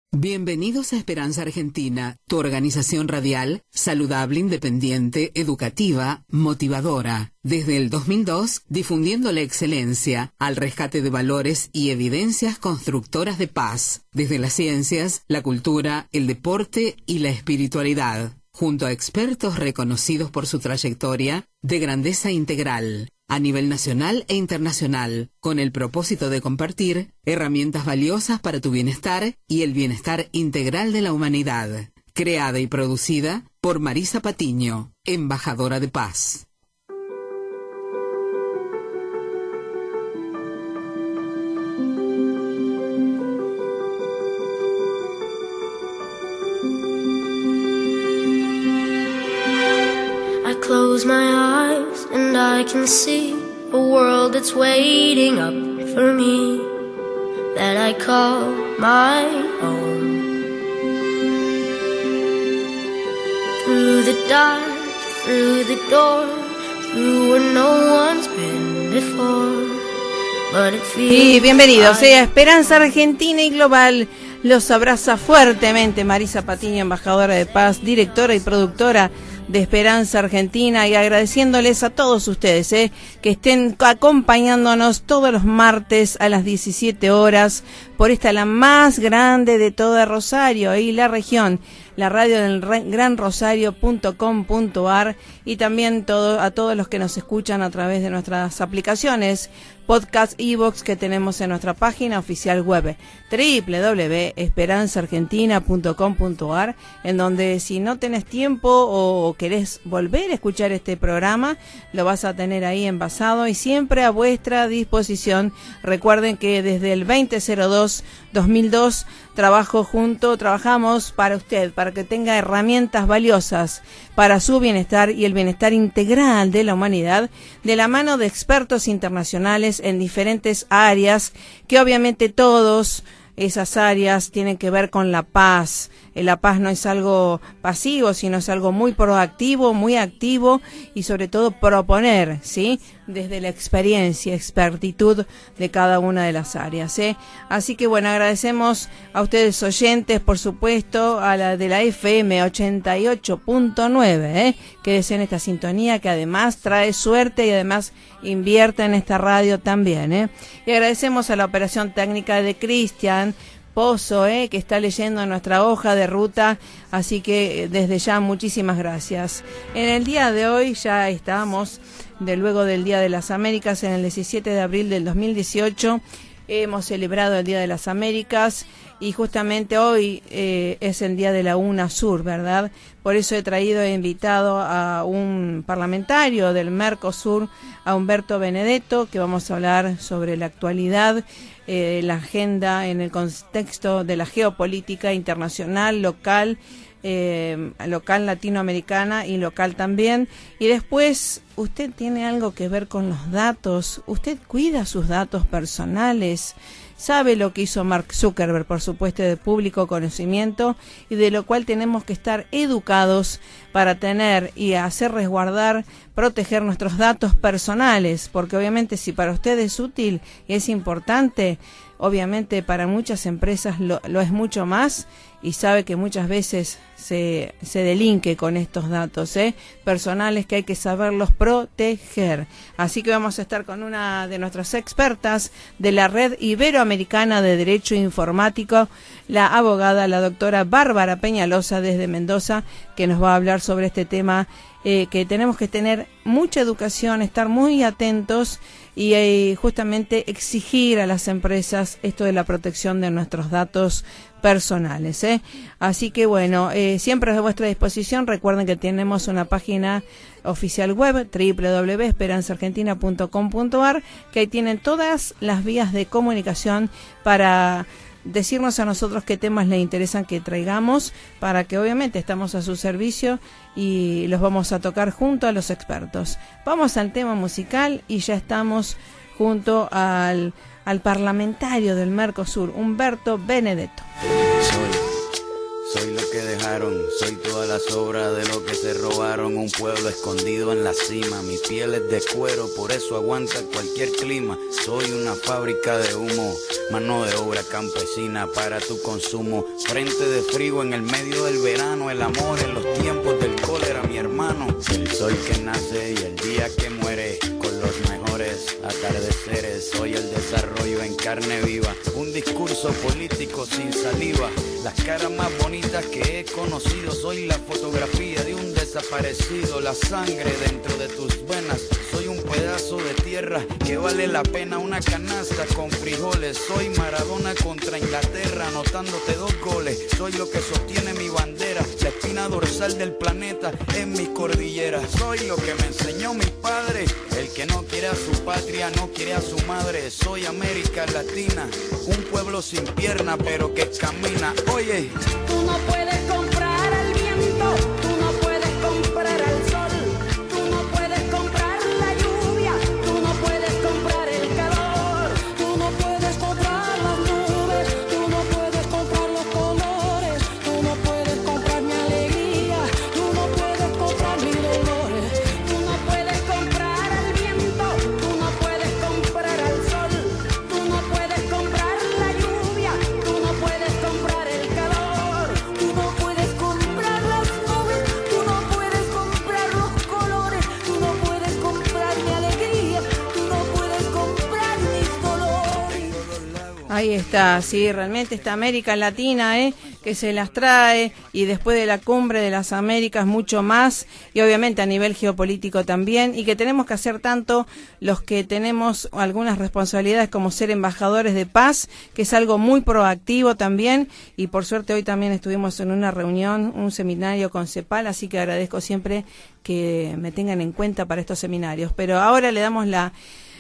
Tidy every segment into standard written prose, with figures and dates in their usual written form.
Bienvenidos a Esperanza Argentina, tu organización radial, saludable, independiente, educativa, motivadora. Desde el 2002, difundiendo la excelencia, al rescate de valores y evidencias constructoras de paz, desde las ciencias, la cultura, el deporte y la espiritualidad, junto a expertos reconocidos por su trayectoria de grandeza integral, a nivel nacional e internacional, con el propósito de compartir herramientas valiosas para tu bienestar y el bienestar integral de la humanidad. Creada y producida por Marisa Patiño, embajadora de paz. I close my eyes and I can see a world that's waiting up for me, that I call my own. Through the dark, through the door, through where no one's been before, but it feels. Y bienvenidos a Esperanza Argentina y Global. Los abraza fuertemente Marisa Patiño, embajadora de paz, directora y productora de Esperanza Argentina, y agradeciéndoles a todos ustedes que estén acompañándonos todos los martes a las 17 horas por esta, la más grande de toda Rosario y la región, la radio del granrosario.com.ar, y también a todos los que nos escuchan a través de nuestras aplicaciones, podcast, iVoox, que tenemos en nuestra página oficial web www.esperanzaargentina.com.ar, en donde si no tenés tiempo o querés volver a escuchar este programa, lo vas a tener ahí envasado y siempre a vuestra disposición. Recuerden que desde el 2002 trabajamos para usted, para que tenga herramientas valiosas para su bienestar y el bienestar integral de la humanidad, de la mano de expertos internacionales en diferentes áreas, que obviamente todas esas áreas tienen que ver con la paz. La paz no es algo pasivo, sino es algo muy proactivo, muy activo, y sobre todo proponer, ¿sí?, desde la expertitud de cada una de las áreas, Así que bueno, agradecemos a ustedes oyentes, por supuesto, a la de la FM 88.9, que deseen esta sintonía, que además trae suerte y además invierte en esta radio también, Y agradecemos a la operación técnica de Cristian Pozo, que está leyendo nuestra hoja de ruta, así que desde ya muchísimas gracias. En el día de hoy ya estamos, luego del Día de las Américas, en el 17 de abril del 2018, hemos celebrado el Día de las Américas, y justamente hoy es el Día de la UNASUR, ¿verdad? Por eso he invitado a un parlamentario del Mercosur, a Humberto Benedetto, que vamos a hablar sobre la actualidad, la agenda en el contexto de la geopolítica internacional, local latinoamericana y local también. Y después, usted tiene algo que ver con los datos, usted cuida sus datos personales, sabe lo que hizo Mark Zuckerberg, por supuesto, de público conocimiento, y de lo cual tenemos que estar educados para tener y hacer resguardar, proteger nuestros datos personales, porque obviamente si para usted es útil y es importante, obviamente para muchas empresas lo es mucho más, y sabe que muchas veces se delinque con estos datos personales, que hay que saberlos proteger. Así que vamos a estar con una de nuestras expertas de la Red Iberoamericana de Derecho Informático, la abogada, la doctora Bárbara Peñalosa desde Mendoza, que nos va a hablar sobre este tema, que tenemos que tener mucha educación, estar muy atentos y justamente exigir a las empresas esto de la protección de nuestros datos personales, Así que bueno, siempre a vuestra disposición. Recuerden que tenemos una página oficial web, www.esperanzaargentina.com.ar, que ahí tienen todas las vías de comunicación para decirnos a nosotros qué temas les interesan que traigamos, para que obviamente estamos a su servicio y los vamos a tocar junto a los expertos. Vamos al tema musical y ya estamos junto al parlamentario del Mercosur, Humberto Benedetto. Soy lo que dejaron, soy toda la sobra de lo que se robaron. Un pueblo escondido en la cima, mi piel es de cuero, por eso aguanta cualquier clima. Soy una fábrica de humo, mano de obra campesina para tu consumo. Frente de frío en el medio del verano, el amor en los tiempos del cólera, mi hermano. El sol que nace y el día que muere, con los mejores atardeceres. Soy el desarrollo en carne viva, un discurso político sin saliva. Las caras más bonitas que he conocido, soy la fotografía de un desaparecido. La sangre dentro de tus venas, soy un pedazo de tierra que vale la pena una canasta con frijoles. Soy Maradona contra Inglaterra, anotándote 2 goles. Soy lo que sostiene mi bandera, la espina dorsal del planeta en mis cordilleras. Soy lo que me enseñó mi padre, el que no quiere a su patria, no quiere a su madre. Soy América Latina, un pueblo sin pierna pero que camina. Oye, tú no puedes comprar al viento, tú no puedes comprar al sol, tú no puedes comprar la lluvia, tú no puedes comprar el calor, tú no puedes comprar las nubes, tú no puedes comprar los colores, tú no puedes comprar mi alegría, tú no puedes comprar mis dolores, tú no puedes comprar al viento, tú no puedes comprar al sol, tú no puedes comprar la lluvia, tú no puedes comprar el calor, tú no puedes comprar las nubes, tú no puedes comprar los colores, tú no puedes comprar mi alegría, tú no puedes comprar mis dolores. Ahí está, sí, realmente esta América Latina, que se las trae, y después de la cumbre de las Américas mucho más, y obviamente a nivel geopolítico también, y que tenemos que hacer tanto los que tenemos algunas responsabilidades como ser embajadores de paz, que es algo muy proactivo también, y por suerte hoy también estuvimos en una reunión, un seminario con CEPAL, así que agradezco siempre que me tengan en cuenta para estos seminarios. Pero ahora le damos la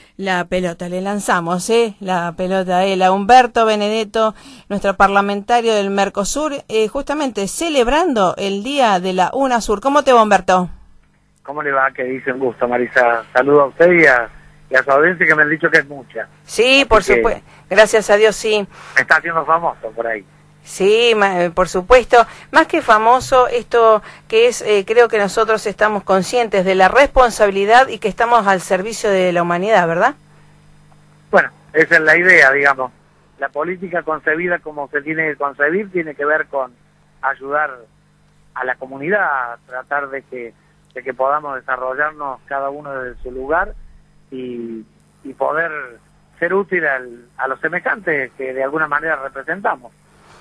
pelota, le lanzamos la pelota a Humberto Benedetto, nuestro parlamentario del Mercosur, justamente celebrando el Día de la UNASUR. ¿Cómo te va, Humberto? ¿Cómo le va? Que dice un gusto, Marisa. Saludo a usted y a su audiencia, que me han dicho que es mucha. Sí, por supuesto. Gracias a Dios, sí. Está haciendo famoso por ahí. Sí, por supuesto. Más que famoso, esto que es, creo que nosotros estamos conscientes de la responsabilidad y que estamos al servicio de la humanidad, ¿verdad? Bueno, esa es la idea, digamos. La política concebida como se tiene que concebir tiene que ver con ayudar a la comunidad, a tratar de que podamos desarrollarnos cada uno desde su lugar y poder ser útil a los semejantes que de alguna manera representamos.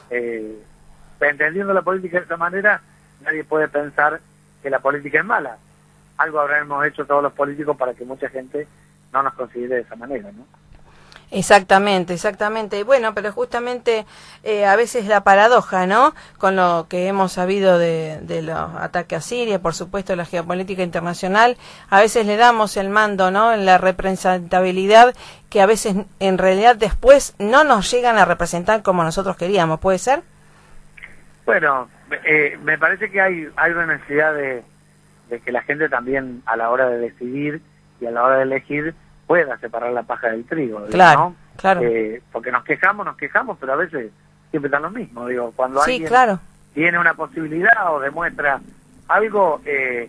Entendiendo la política de esa manera, nadie puede pensar que la política es mala. Algo habremos hecho todos los políticos para que mucha gente no nos considere de esa manera, ¿no? Exactamente, exactamente. Bueno, pero justamente a veces la paradoja, ¿no? Con lo que hemos sabido de los ataques a Siria, por supuesto la geopolítica internacional, a veces le damos el mando, ¿no? En la representabilidad que a veces en realidad después no nos llegan a representar como nosotros queríamos, ¿puede ser? Bueno, me parece que hay una necesidad de que la gente también a la hora de decidir y a la hora de elegir pueda separar la paja del trigo, claro, ¿no? Claro. Porque nos quejamos, pero a veces siempre están lo mismo. Digo, cuando sí, alguien claro. tiene una posibilidad o demuestra algo,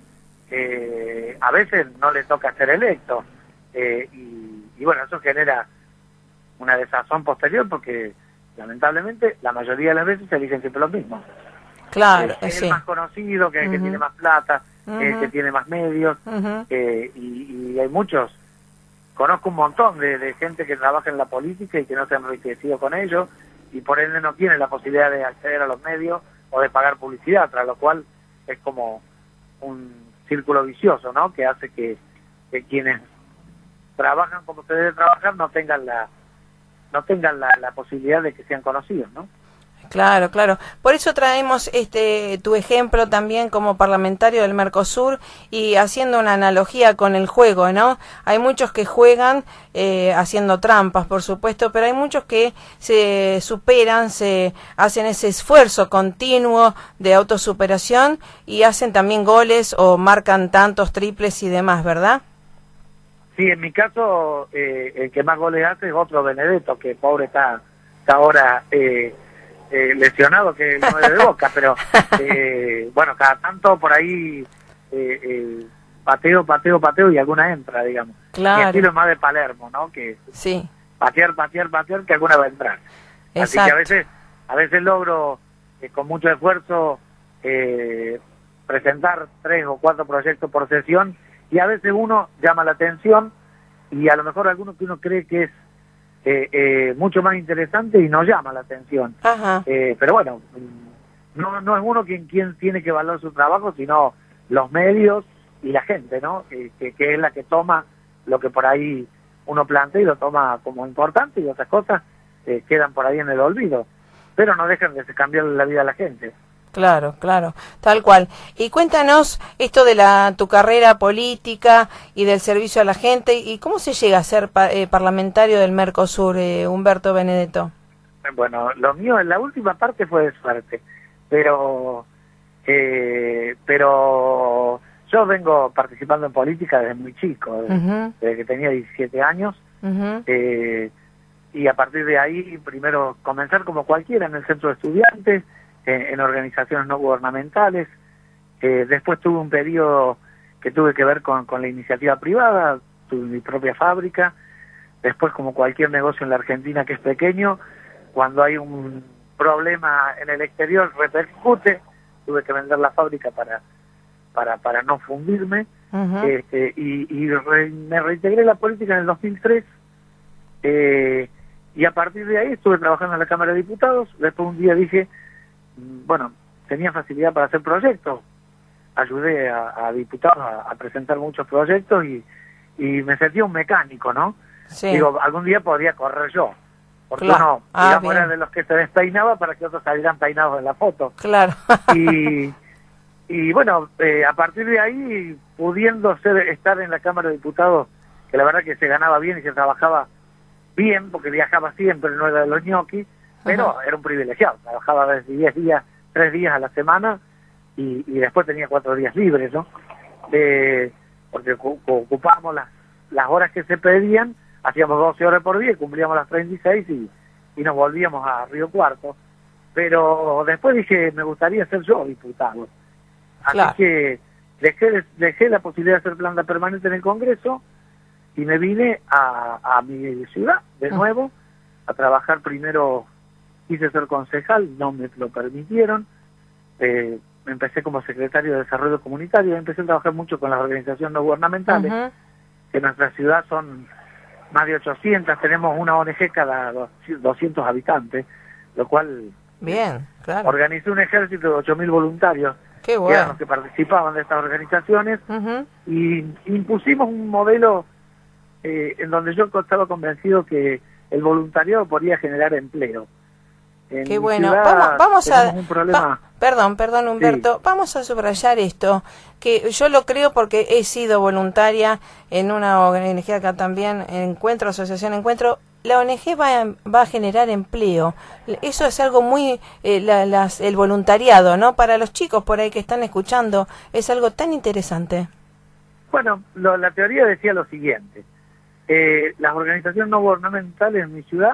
a veces no le toca ser electo. Y bueno, eso genera una desazón posterior porque lamentablemente la mayoría de las veces se eligen siempre los mismos. Claro, es sí. el más conocido, que es el que tiene más plata, que es el que tiene más medios, y hay muchos. Conozco un montón de gente que trabaja en la política y que no se han enriquecido con ello y por ende no tienen la posibilidad de acceder a los medios o de pagar publicidad, tras lo cual es como un círculo vicioso, ¿no? Que hace que quienes trabajan como se debe trabajar no tengan la posibilidad de que sean conocidos, ¿no? Claro, claro. Por eso traemos tu ejemplo también como parlamentario del Mercosur y haciendo una analogía con el juego, ¿no? Hay muchos que juegan haciendo trampas, por supuesto, pero hay muchos que se superan, se hacen ese esfuerzo continuo de autosuperación y hacen también goles o marcan tantos triples y demás, ¿verdad? Sí, en mi caso, el que más goles hace es otro Benedetto, que pobre está ahora lesionado que el 9 de Boca, pero bueno, cada tanto por ahí pateo y alguna entra, digamos. Claro. Mi estilo es más de Palermo, ¿no? Que Sí. patear, que alguna va a entrar. Así Exacto. que a veces logro con mucho esfuerzo presentar 3 o 4 proyectos por sesión, y a veces uno llama la atención y a lo mejor alguno que uno cree que es mucho más interesante y no llama la atención. Ajá. Pero bueno, no es uno quien tiene que valorar su trabajo, sino los medios y la gente, ¿no? Que es la que toma lo que por ahí uno plantea y lo toma como importante, y otras cosas quedan por ahí en el olvido, pero no dejan de cambiar la vida a la gente. Claro, claro, tal cual. Y cuéntanos esto de tu carrera política y del servicio a la gente, y cómo se llega a ser parlamentario del Mercosur, Humberto Benedetto. Bueno, lo mío en la última parte fue de suerte, pero yo vengo participando en política desde muy chico, desde que tenía 17 años, y a partir de ahí, primero comenzar como cualquiera en el centro de estudiantes, en organizaciones no gubernamentales, después tuve un periodo que tuve que ver con la iniciativa privada, tuve mi propia fábrica, después como cualquier negocio en la Argentina que es pequeño, cuando hay un problema en el exterior repercute, tuve que vender la fábrica para no fundirme, me reintegré en la política en el 2003, y a partir de ahí estuve trabajando en la Cámara de Diputados. Después un día dije, bueno, tenía facilidad para hacer proyectos, ayudé a diputados a presentar muchos proyectos y me sentía un mecánico, ¿no? Sí. Digo, algún día podría correr yo, porque Claro. uno, digamos, Bien. era de los que se despeinaba para que otros salieran peinados en la foto. Claro. Y bueno, a partir de ahí, pudiendo estar en la Cámara de Diputados, que la verdad que se ganaba bien y se trabajaba bien, porque viajaba siempre, no era de los ñoquis, pero era un privilegiado, trabajaba desde 10 días, 3 días a la semana, y después tenía 4 días libres, ¿no? Porque ocupábamos las horas que se pedían, hacíamos 12 horas por día, cumplíamos las 36 y nos volvíamos a Río Cuarto. Pero después dije, me gustaría ser yo diputado. Así Claro. que dejé la posibilidad de hacer planta permanente en el Congreso y me vine a mi ciudad de nuevo a trabajar. Primero quise ser concejal, no me lo permitieron. Empecé como secretario de Desarrollo Comunitario, empecé a trabajar mucho con las organizaciones no gubernamentales, que en nuestra ciudad son más de 800, tenemos una ONG cada 200 habitantes, lo cual Bien, claro. organizé un ejército de 8.000 voluntarios, Qué que eran bueno. los que participaban de estas organizaciones, y impusimos un modelo en donde yo estaba convencido que el voluntariado podría generar empleo. En Qué mi bueno. ciudad Vamos a... tenemos un problema. Perdón, Humberto. Vamos a subrayar esto, que yo lo creo porque he sido voluntaria en una ONG acá también, Encuentro, Asociación Encuentro. La ONG va a generar empleo. Eso es algo muy... el voluntariado, ¿no? Para los chicos por ahí que están escuchando, es algo tan interesante. Bueno, la teoría decía lo siguiente. Las organizaciones no gubernamentales en mi ciudad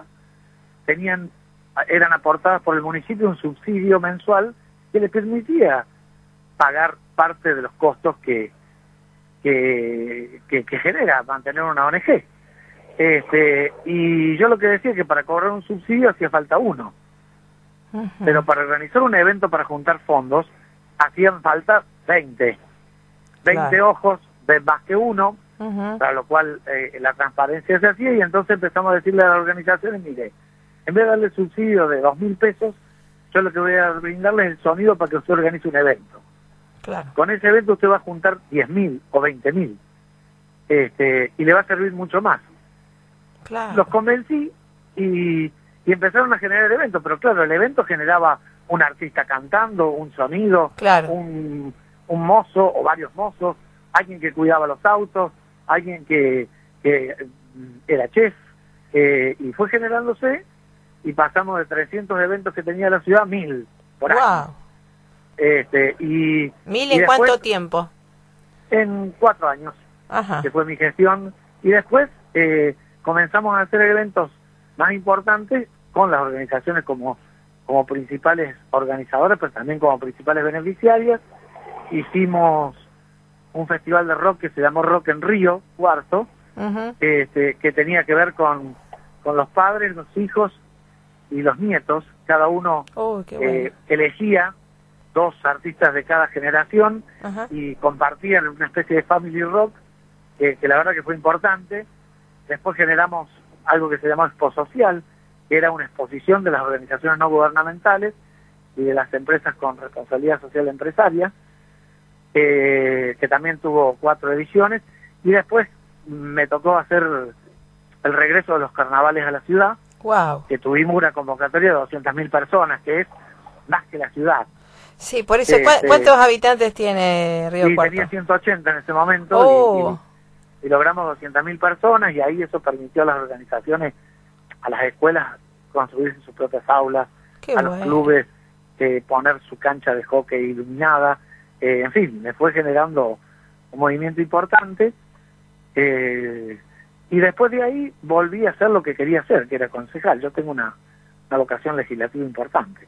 eran aportadas por el municipio un subsidio mensual que les permitía pagar parte de los costos que genera mantener una ONG. Y yo lo que decía es que para cobrar un subsidio hacía falta uno, pero para organizar un evento para juntar fondos hacían falta 20 Claro. ojos de más que uno, para lo cual la transparencia se hacía, y entonces empezamos a decirle a las organizaciones, mire, en vez de darle subsidio de 2.000 pesos, yo lo que voy a brindarles es el sonido para que usted organice un evento. Claro. Con ese evento usted va a juntar 10.000 o 20.000, y le va a servir mucho más. Claro. Los convencí y empezaron a generar eventos, pero claro, el evento generaba un artista cantando, un sonido, Claro. un mozo o varios mozos, alguien que cuidaba los autos, alguien que era chef, y fue generándose, y pasamos de 300 eventos que tenía la ciudad a 1.000 por año. Wow. Y ¿1.000 y en después, cuánto tiempo? En 4 años, Ajá. que fue mi gestión, y después comenzamos a hacer eventos más importantes con las organizaciones como como principales organizadores, pero también como principales beneficiarias. Hicimos un festival de rock que se llamó Rock en Río, cuarto, que tenía que ver con los padres, los hijos y los nietos. Cada uno elegía 2 artistas de cada generación y compartían una especie de family rock, que la verdad que fue importante. Después generamos algo que se llamó Expo Social, que era una exposición de las organizaciones no gubernamentales y de las empresas con responsabilidad social empresaria, que también tuvo 4 ediciones. Y después me tocó hacer el regreso de los carnavales a la ciudad, que tuvimos una convocatoria de 200.000 personas, que es más que la ciudad. Sí, por eso, ¿cuántos habitantes tiene Río Cuarto? Tenía 180 en ese momento, y logramos 200.000 personas, y ahí eso permitió a las organizaciones, a las escuelas, construir sus propias aulas, los clubes, poner su cancha de hockey iluminada, en fin, me fue generando un movimiento importante, y después de ahí volví a hacer lo que quería hacer, que era concejal. Yo tengo una vocación legislativa importante.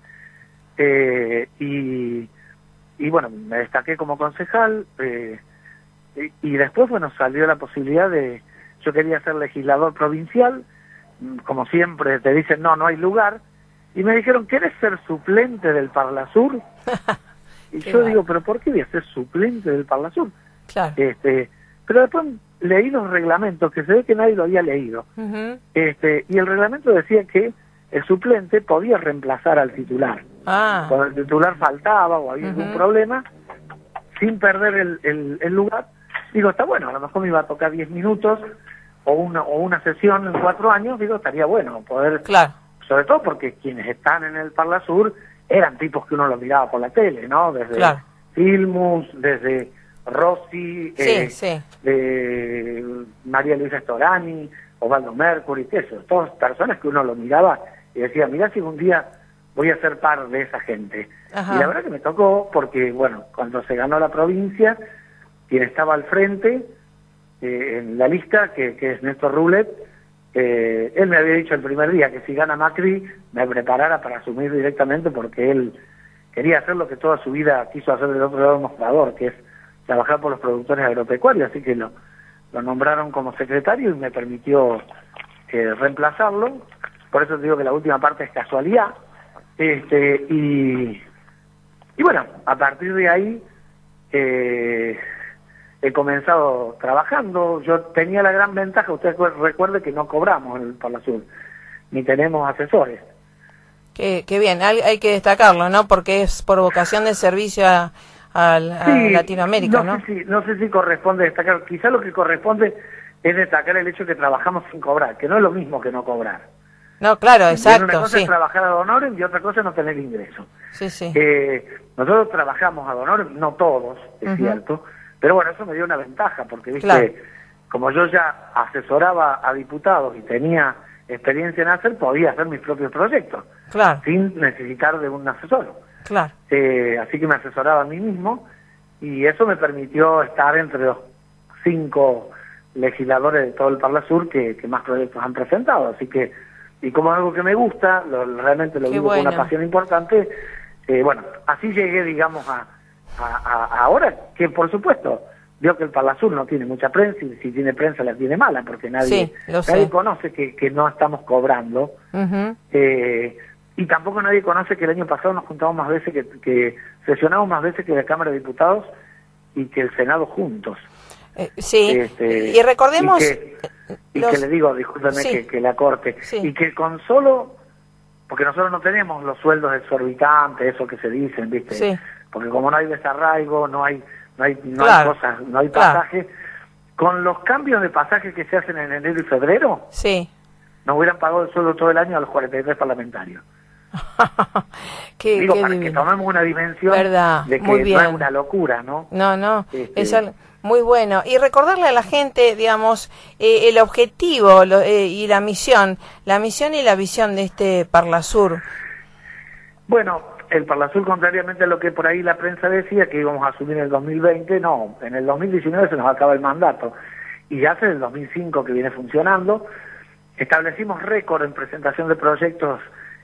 Y bueno, me destaqué como concejal, y después, bueno, salió la posibilidad yo quería ser legislador provincial. Como siempre te dicen, no hay lugar, y me dijeron, ¿querés ser suplente del Parlasur? Y yo digo, ¿pero por qué voy a ser suplente del Parlasur? Claro. Pero después leí los reglamentos, que se ve que nadie lo había leído, y el reglamento decía que el suplente podía reemplazar al titular. Cuando el titular faltaba o había algún problema, sin perder el lugar. Digo, está bueno, a lo mejor me iba a tocar 10 minutos o una sesión en 4 años. Digo, estaría bueno poder, sobre todo porque quienes están en el Parlasur eran tipos que uno los miraba por la tele, ¿no? Desde Filmus, desde Rossi, de María Luisa Storani, Osvaldo Mercury, todas personas que uno lo miraba y decía, mirá si un día voy a ser par de esa gente. Y la verdad que me tocó, porque bueno, cuando se ganó la provincia, quien estaba al frente en la lista, que es Néstor Rulet, él me había dicho el primer día que si gana Macri me preparara para asumir directamente, porque él quería hacer lo que toda su vida quiso hacer del otro lado del mostrador, que es trabajar por los productores agropecuarios. Así que lo nombraron como secretario y me permitió reemplazarlo. Por eso te digo que la última parte es casualidad. Y bueno, a partir de ahí he comenzado trabajando. Yo tenía la gran ventaja, usted recuerde que no cobramos en el Parlasur, ni tenemos asesores. Qué bien, hay que destacarlo, ¿no? Porque es por vocación de servicio a Latinoamérica, ¿no? No sé si corresponde destacar. Quizá lo que corresponde es destacar el hecho de que trabajamos sin cobrar, que no es lo mismo que no cobrar. No, claro, exacto. Una cosa es trabajar ad honorem y otra cosa es no tener ingreso. Nosotros trabajamos ad honorem, no todos, es cierto, pero bueno, eso me dio una ventaja, porque viste, como yo ya asesoraba a diputados y tenía experiencia en hacer, podía hacer mis propios proyectos, sin necesitar de un asesor. Así que me asesoraba a mí mismo, y eso me permitió estar entre los 5 legisladores de todo el Parlasur que más proyectos han presentado. Así que, y como es algo que me gusta, realmente lo vivo con una pasión importante, bueno, así llegué, digamos, a ahora, que por supuesto, veo que el Parlasur no tiene mucha prensa, y si tiene prensa la tiene mala, porque nadie conoce que no estamos cobrando, y tampoco nadie conoce que el año pasado nos juntamos más veces, que sesionamos más veces que la Cámara de Diputados y que el Senado juntos. Y recordemos... Y que le digo, discúlpeme que la corte, y que con solo, porque nosotros no tenemos los sueldos exorbitantes, eso que se dicen, ¿viste? Porque como no hay desarraigo, no hay cosas, no hay pasajes, con los cambios de pasajes que se hacen en enero y febrero, nos hubieran pagado el sueldo todo el año a los 43 parlamentarios. Digo, para que tomemos una dimensión de que no es una locura, ¿no? No, es algo muy bueno. Y recordarle a la gente, digamos, el objetivo y la misión y la visión de este Parlasur. Bueno, el Parlasur, contrariamente a lo que por ahí la prensa decía, que íbamos a asumir en el 2020, no, en el 2019 se nos acaba el mandato, y ya hace el 2005 que viene funcionando. Establecimos récord en presentación de proyectos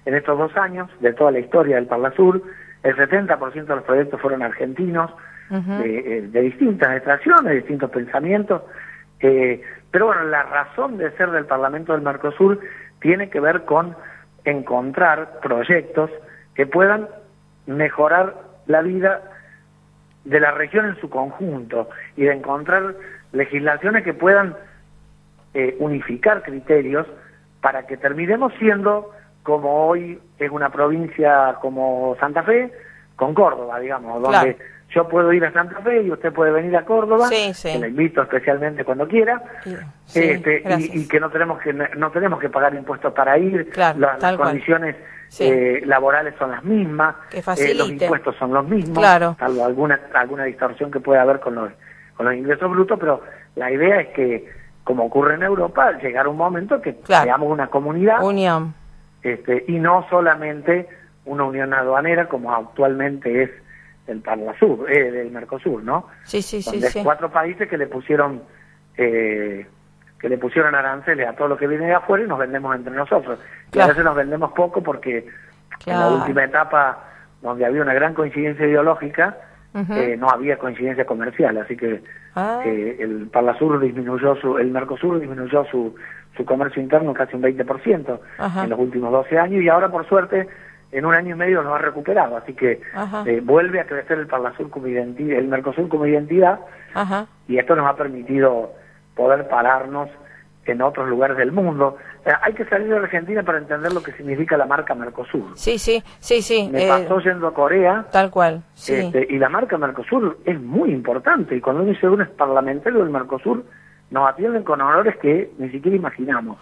en estos 2 años, de toda la historia del Parlasur, el 70% de los proyectos fueron argentinos, de distintas extracciones, de distintos pensamientos, pero bueno, la razón de ser del Parlamento del Mercosur tiene que ver con encontrar proyectos que puedan mejorar la vida de la región en su conjunto y de encontrar legislaciones que puedan unificar criterios para que terminemos siendo, como hoy es una provincia como Santa Fe, con Córdoba, digamos, donde yo puedo ir a Santa Fe y usted puede venir a Córdoba, que le invito especialmente cuando quiera, y que no tenemos que pagar impuestos para ir, las condiciones laborales son las mismas, los impuestos son los mismos, salvo alguna distorsión que pueda haber con los ingresos brutos, pero la idea es que, como ocurre en Europa, llegar a un momento que seamos una comunidad, unión, y no solamente una unión aduanera como actualmente es el Parlasur, del Mercosur, ¿no? Donde 4 países que le pusieron aranceles a todo lo que viene de afuera y nos vendemos entre nosotros. Y a veces nos vendemos poco porque en la última etapa, donde había una gran coincidencia ideológica, no había coincidencia comercial, así que el Parlasur el Mercosur disminuyó su comercio interno casi un 20% en los últimos 12 años, y ahora, por suerte, en 1 año y medio lo ha recuperado, así que vuelve a crecer el Parlasur como identidad, el Mercosur como identidad, y esto nos ha permitido poder pararnos en otros lugares del mundo. Hay que salir de Argentina para entender lo que significa la marca Mercosur. Me pasó yendo a Corea. Tal cual, y la marca Mercosur es muy importante, y cuando uno dice uno es parlamentario del Mercosur, nos atienden con honores que ni siquiera imaginamos.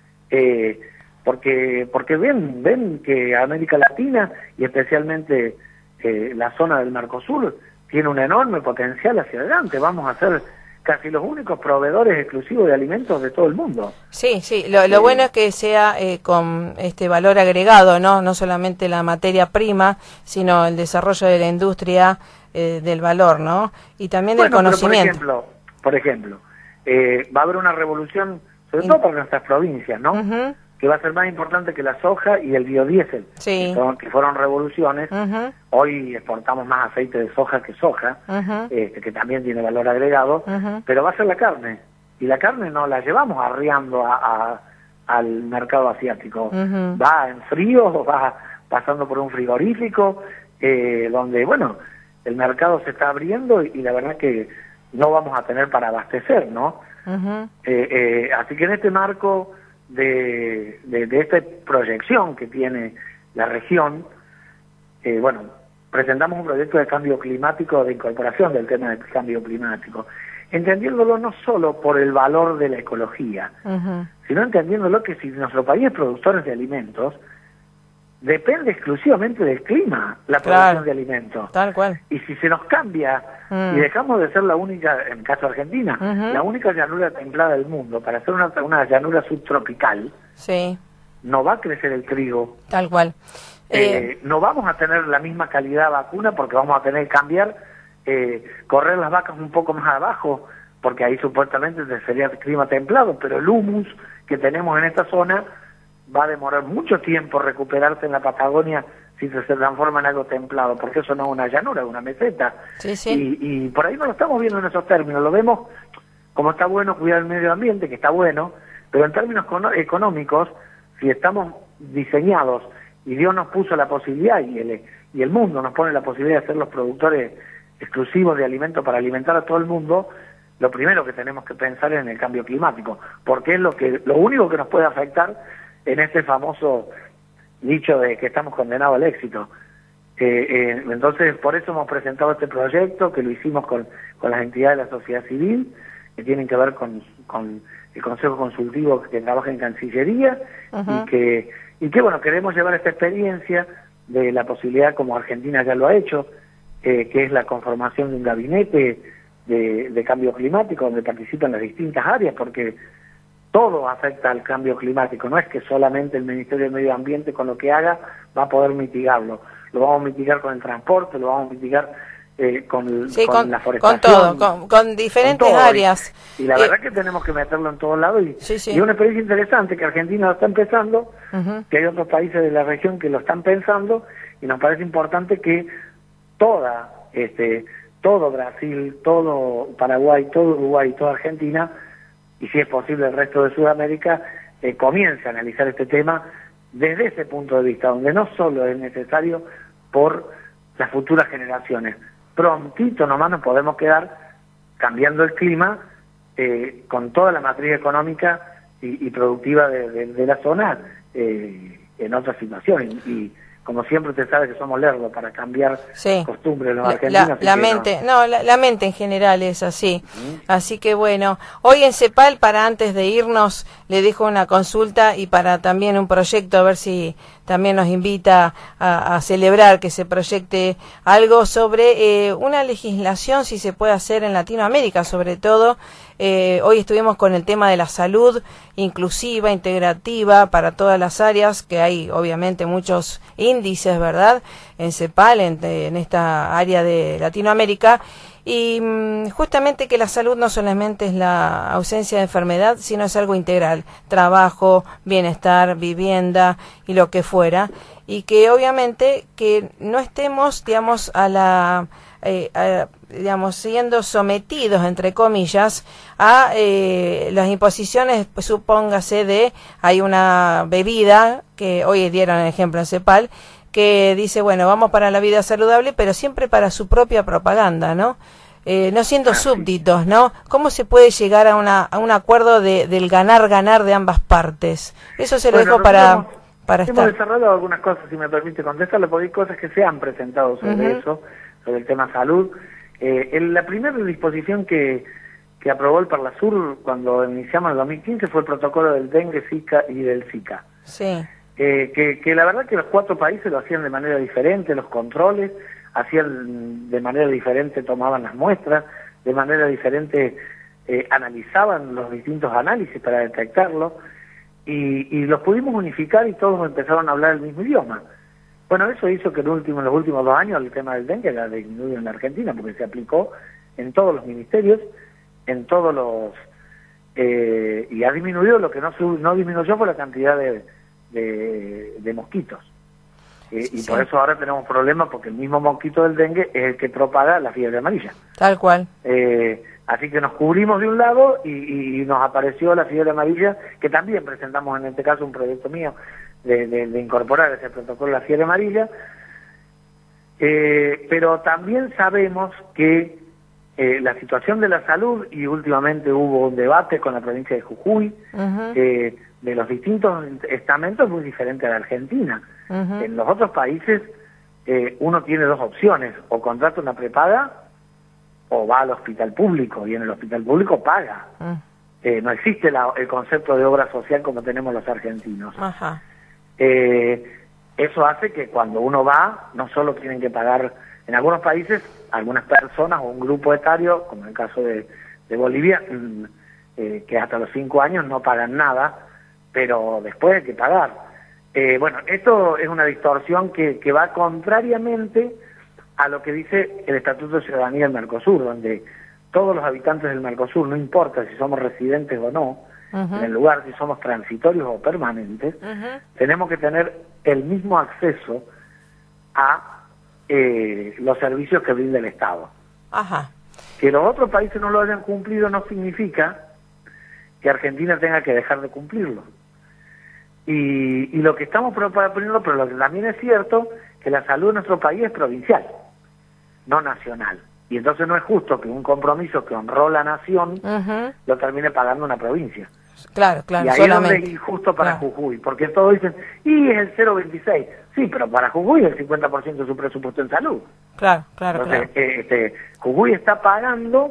Porque ven que América Latina, y especialmente la zona del Mercosur, tiene un enorme potencial hacia adelante. Vamos a ser casi los únicos proveedores exclusivos de alimentos de todo el mundo. Lo bueno es que sea con este valor agregado, no solamente la materia prima, sino el desarrollo de la industria del valor, ¿no? Y también del conocimiento. Por ejemplo, va a haber una revolución, sobre todo para nuestras provincias, ¿no? Que va a ser más importante que la soja y el biodiesel, que fueron revoluciones. Hoy exportamos más aceite de soja que soja, que también tiene valor agregado, pero va a ser la carne, y la carne no la llevamos arriando al mercado asiático, va en frío, va pasando por un frigorífico, donde, bueno, el mercado se está abriendo y la verdad que no vamos a tener para abastecer, ¿no? Así que en este marco de esta proyección que tiene la región, presentamos un proyecto de cambio climático, de incorporación del tema del cambio climático, entendiéndolo no solo por el valor de la ecología, sino entendiéndolo que si nuestro país es productor de alimentos, depende exclusivamente del clima la producción de alimentos. Tal cual. Y si se nos cambia y dejamos de ser la única, en el caso de Argentina, la única llanura templada del mundo, para ser una llanura subtropical, no va a crecer el trigo. Tal cual. No vamos a tener la misma calidad de vacuna porque vamos a tener que cambiar, correr las vacas un poco más abajo, porque ahí supuestamente sería clima templado, pero el humus que tenemos en esta zona va a demorar mucho tiempo recuperarse en la Patagonia si se transforma en algo templado, porque eso no es una llanura, es una meseta. Y por ahí no lo estamos viendo en esos términos, lo vemos como está bueno cuidar el medio ambiente, que está bueno, pero en términos económicos, si estamos diseñados y Dios nos puso la posibilidad y el mundo nos pone la posibilidad de ser los productores exclusivos de alimentos para alimentar a todo el mundo, lo primero que tenemos que pensar es en el cambio climático, porque es lo único que nos puede afectar en este famoso dicho de que estamos condenados al éxito. Entonces, por eso hemos presentado este proyecto, que lo hicimos con las entidades de la sociedad civil, que tienen que ver con el Consejo Consultivo que trabaja en Cancillería, y que bueno, queremos llevar esta experiencia de la posibilidad, como Argentina ya lo ha hecho, que es la conformación de un gabinete de cambio climático, donde participan las distintas áreas, porque todo afecta al cambio climático, no es que solamente el Ministerio de Medio Ambiente con lo que haga va a poder mitigarlo, lo vamos a mitigar con el transporte, lo vamos a mitigar con la forestación. Con todo, con diferentes con todo. áreas. Y la verdad que tenemos que meterlo en todos lados. Y es una experiencia interesante que Argentina lo está empezando, que hay otros países de la región que lo están pensando, y nos parece importante que todo Brasil, todo Paraguay, todo Uruguay, toda Argentina, y si es posible el resto de Sudamérica, comience a analizar este tema desde ese punto de vista, donde no solo es necesario por las futuras generaciones. Prontito nomás nos podemos quedar cambiando el clima con toda la matriz económica y productiva de la zona en otras situaciones. Y como siempre usted sabe que somos lerdos para cambiar costumbres los argentinos. La mente en general es así. Así que bueno, hoy en CEPAL, para antes de irnos, le dejo una consulta y para también un proyecto, a ver si también nos invita a celebrar que se proyecte algo sobre una legislación, si se puede hacer en Latinoamérica, sobre todo. Hoy estuvimos con el tema de la salud inclusiva, integrativa para todas las áreas, que hay obviamente muchos índices, ¿verdad?, en CEPAL, en esta área de Latinoamérica, y justamente que la salud no solamente es la ausencia de enfermedad, sino es algo integral: trabajo, bienestar, vivienda y lo que fuera, y que obviamente que no estemos, digamos, digamos, siendo sometidos, entre comillas, a las imposiciones, pues, supóngase hay una bebida, que hoy dieron el ejemplo en CEPAL, que dice, bueno, vamos para la vida saludable, pero siempre para su propia propaganda, ¿no? No siendo súbditos, ¿no? ¿Cómo se puede llegar a un acuerdo del ganar-ganar de ambas partes? Eso se lo dejo para estar. Hemos desarrollado algunas cosas, si me permite contestarle, porque hay cosas que se han presentado sobre eso, sobre el tema salud. La primera disposición que aprobó el Parlasur cuando iniciamos en el 2015 fue el protocolo del dengue, Zika y del Zika. Sí. Que la verdad que los 4 países lo hacían de manera diferente, los controles, hacían de manera diferente, tomaban las muestras, de manera diferente analizaban los distintos análisis para detectarlo, y los pudimos unificar y todos empezaron a hablar el mismo idioma. Bueno, eso hizo que en los últimos 2 años el tema del dengue haya disminuido en la Argentina, porque se aplicó en todos los ministerios, en todos los... y ha disminuido. Lo que no disminuyó fue la cantidad de mosquitos. Y por eso ahora tenemos problemas, porque el mismo mosquito del dengue es el que propaga la fiebre amarilla. Tal cual. Así que nos cubrimos de un lado y nos apareció la fiebre amarilla, que también presentamos en este caso un proyecto mío de incorporar ese protocolo de la fiebre amarilla, pero también sabemos que la situación de la salud, y últimamente hubo un debate con la provincia de Jujuy, de los distintos estamentos, es muy diferente a la Argentina. En los otros países uno tiene 2 opciones: o contrata una prepaga o va al hospital público, y en el hospital público paga. No existe el concepto de obra social como tenemos los argentinos. Eso hace que cuando uno va, no solo tienen que pagar, en algunos países, algunas personas o un grupo etario, como en el caso de Bolivia, que hasta los 5 años no pagan nada, pero después hay que pagar. Bueno, esto es una distorsión que va contrariamente a lo que dice el Estatuto de Ciudadanía del Mercosur, donde todos los habitantes del Mercosur, no importa si somos residentes o no, en el lugar, si somos transitorios o permanentes, tenemos que tener el mismo acceso a los servicios que brinda el Estado. Que los otros países no lo hayan cumplido no significa que Argentina tenga que dejar de cumplirlo. Y lo que estamos proponiendo, pero lo que también es cierto, que la salud de nuestro país es provincial, no nacional. Y entonces no es justo que un compromiso que honró la nación lo termine pagando una provincia. Claro, y ahí solamente. Es donde es injusto para Jujuy, porque todos dicen, y es el 0,26. Sí, pero para Jujuy es el 50% de su presupuesto en salud. Claro. Entonces, Jujuy está pagando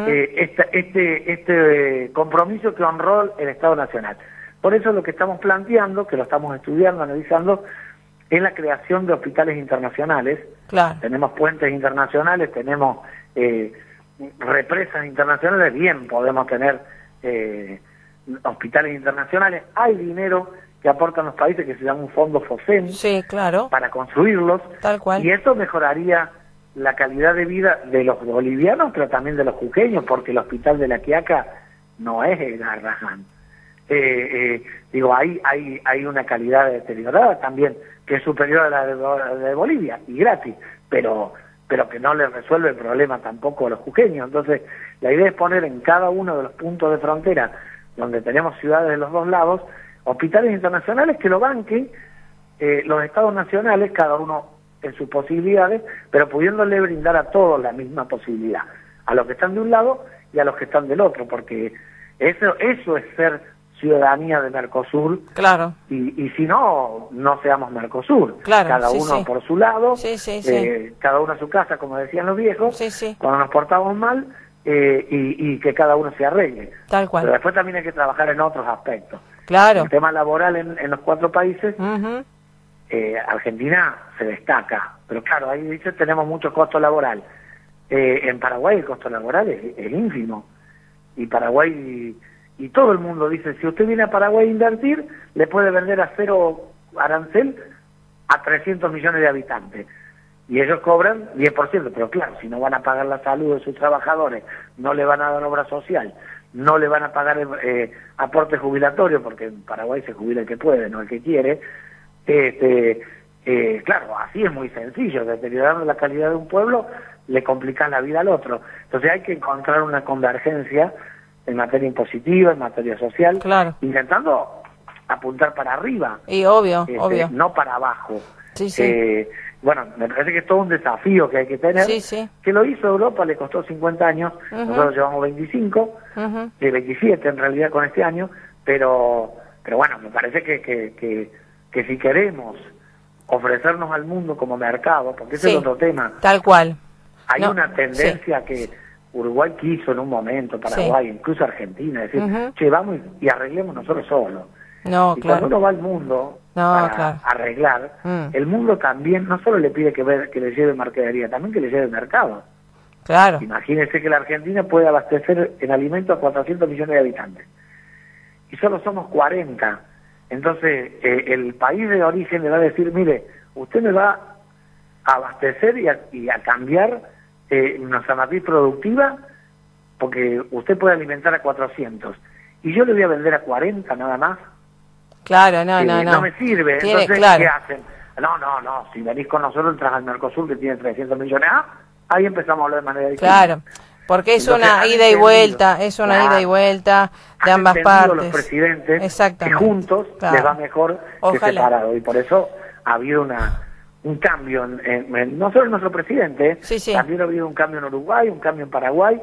este compromiso que honró el Estado Nacional. Por eso lo que estamos planteando, que lo estamos estudiando, analizando, es la creación de hospitales internacionales. Tenemos puentes internacionales, tenemos represas internacionales, bien podemos tener hospitales internacionales. Hay dinero que aportan los países que se llama un fondo FOSEN, para construirlos. Tal cual. Y esto mejoraría la calidad de vida de los bolivianos, pero también de los jujeños, porque el hospital de La Quiaca no es el Garrahan. Digo, hay una calidad deteriorada también, que es superior a la de Bolivia, y gratis, pero que no le resuelve el problema tampoco a los jujeños. Entonces, la idea es poner en cada uno de los puntos de frontera, donde tenemos ciudades de los dos lados, hospitales internacionales que lo banquen los estados nacionales, cada uno en sus posibilidades, pero pudiéndole brindar a todos la misma posibilidad, a los que están de un lado y a los que están del otro, porque eso es ser ciudadanía de Mercosur. Claro. Y si no, no seamos Mercosur. Claro, cada sí, uno sí. por su lado, Sí. cada uno a su casa, como decían los viejos, Sí. cuando nos portamos mal, y que cada uno se arregle. Tal cual. Pero después también hay que trabajar en otros aspectos. Claro. El tema laboral en los 4 países, Ujú. Argentina se destaca, pero claro, ahí dice tenemos mucho costo laboral. En Paraguay el costo laboral es ínfimo, y Paraguay, y todo el mundo dice, si usted viene a Paraguay a invertir, le puede vender a 0 arancel a 300 millones de habitantes, y ellos cobran 10%, pero claro, si no van a pagar la salud de sus trabajadores, no le van a dar obra social, no le van a pagar aporte jubilatorio, porque en Paraguay se jubila el que puede, no el que quiere. Claro, así es muy sencillo, deteriorando la calidad de un pueblo, le complican la vida al otro. Entonces hay que encontrar una convergencia en materia impositiva, en materia social, Claro. intentando apuntar para arriba, Y obvio. no para abajo. Sí. Bueno, me parece que es todo un desafío que hay que tener, Sí. que lo hizo Europa, le costó 50 años, Ujú. nosotros llevamos 25, Ujú. 27 en realidad con este año, pero bueno, me parece que si queremos ofrecernos al mundo como mercado, porque ese Sí. es otro tema, Tal cual. hay No, una tendencia que Uruguay quiso en un momento, Paraguay, incluso Argentina, decir, Ujú. che, vamos y arreglemos nosotros solos. No, Y claro. cuando uno va al mundo No, para claro. arreglar, Mm. el mundo también no solo le pide que le lleve mercadería, también que le lleve mercado. Claro. Imagínense que la Argentina puede abastecer en alimentos a 400 millones de habitantes. Y solo somos 40. Entonces, el país de origen le va a decir, mire, usted me va a abastecer y a cambiar nuestra matriz productiva, porque usted puede alimentar a 400. Y yo le voy a vender a 40 nada más. Claro, no. No me sirve. Tiene, Entonces, claro. ¿qué hacen? No, si venís con nosotros, entras al Mercosur, que tiene 300 millones, ahí empezamos a hablar de manera distinta. Claro, porque es Entonces, una han ida y entendido. vuelta, es una Claro. ida y vuelta de Han ambas entendido partes. los presidentes que Exactamente. juntos Claro. les va mejor que Ojalá. separados, y por eso ha habido un cambio, no solo en nuestro presidente, Sí. también ha habido un cambio en Uruguay, un cambio en Paraguay,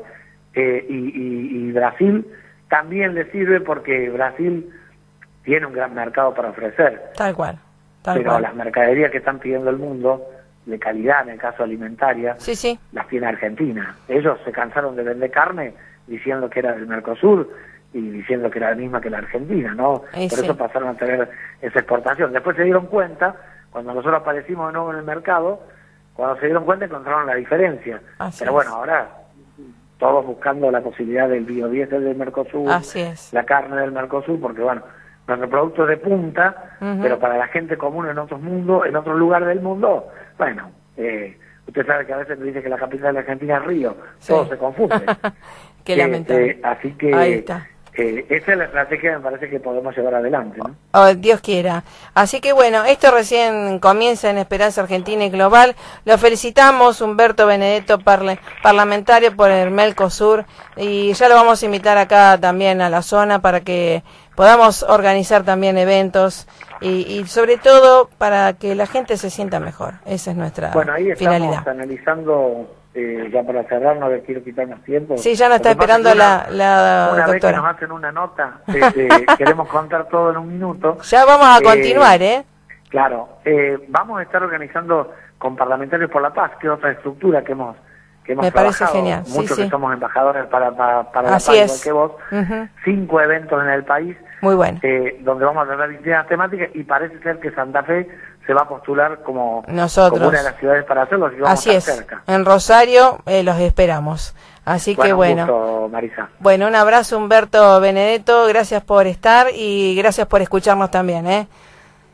y Brasil también le sirve, porque Brasil tiene un gran mercado para ofrecer, Tal cual. pero las mercaderías que están pidiendo el mundo, de calidad, en el caso alimentaria, Sí. las tiene Argentina. Ellos se cansaron de vender carne diciendo que era del Mercosur y diciendo que era la misma que la Argentina, ¿no? Por Sí. eso pasaron a tener esa exportación. Después se dieron cuenta, cuando nosotros aparecimos de nuevo en el mercado, cuando se dieron cuenta encontraron la diferencia. Así Pero es. bueno, ahora todos buscando la posibilidad del biodiesel del Mercosur, Así es. la carne del Mercosur, porque bueno, nuestro producto es de punta, Ujú. pero para la gente común en otros mundos, en otros lugares del mundo, bueno, usted sabe que a veces me dice que la capital de la Argentina es Río, Sí. todo se confunde. Qué lamentable. Así que Ahí está. esa es la estrategia que me parece que podemos llevar adelante, ¿no? Oh, Dios quiera. Así que bueno, esto recién comienza en Esperanza Argentina y Global. Lo felicitamos, Humberto Benedetto, parlamentario por el Mercosur, y ya lo vamos a invitar acá también a la zona para que podamos organizar también eventos y sobre todo para que la gente se sienta mejor. Esa es nuestra Bueno, ahí estamos finalidad. analizando, ya para cerrar, no le quiero quitar más tiempo. Sí, ya nos está Lo que pasa esperando es que la una vez que doctora. nos hacen una nota, queremos contar todo en un minuto. Ya vamos a continuar, ¿eh? Claro, vamos a estar organizando con Parlamentarios por la Paz, que es otra estructura que hemos Me parece trabajado, genial, muchos sí. que somos embajadores para la paz, Así igual es. que vos, Ujú. 5 eventos en el país, Muy bueno. donde vamos a tratar distintas temáticas, y parece ser que Santa Fe se va a postular como Nosotros. una de las ciudades para hacerlo, así que vamos Así a es. estar cerca. En Rosario los esperamos. Así que Un bueno. gusto, Marisa. Bueno, un abrazo, Humberto Benedetto. Gracias por estar y gracias por escucharnos también, ¿eh?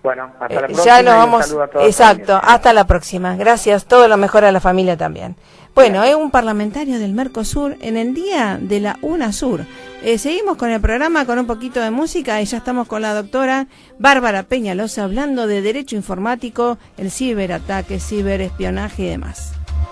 Bueno, hasta la próxima. Ya nos y un vamos, saludo a todos. exacto, hasta la próxima. Gracias, todo lo mejor a la familia también. Bueno, es un parlamentario del Mercosur en el día de la UNASUR. Seguimos con el programa con un poquito de música y ya estamos con la doctora Bárbara Peñalosa hablando de derecho informático, el ciberataque, ciberespionaje y demás.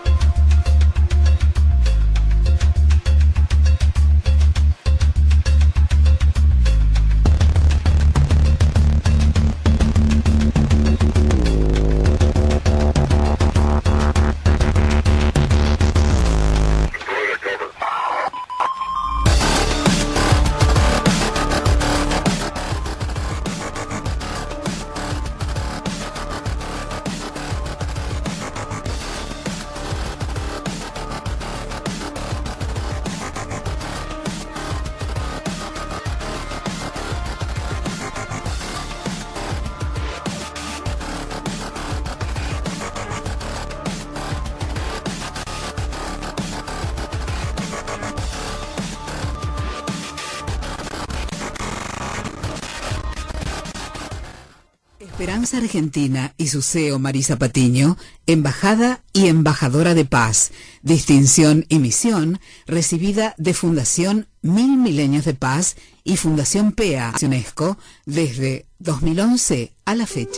Esperanza Argentina y su CEO Marisa Patiño, embajada y embajadora de paz, distinción y misión recibida de Fundación Mil Milenios de Paz y Fundación PEA UNESCO desde 2011 a la fecha.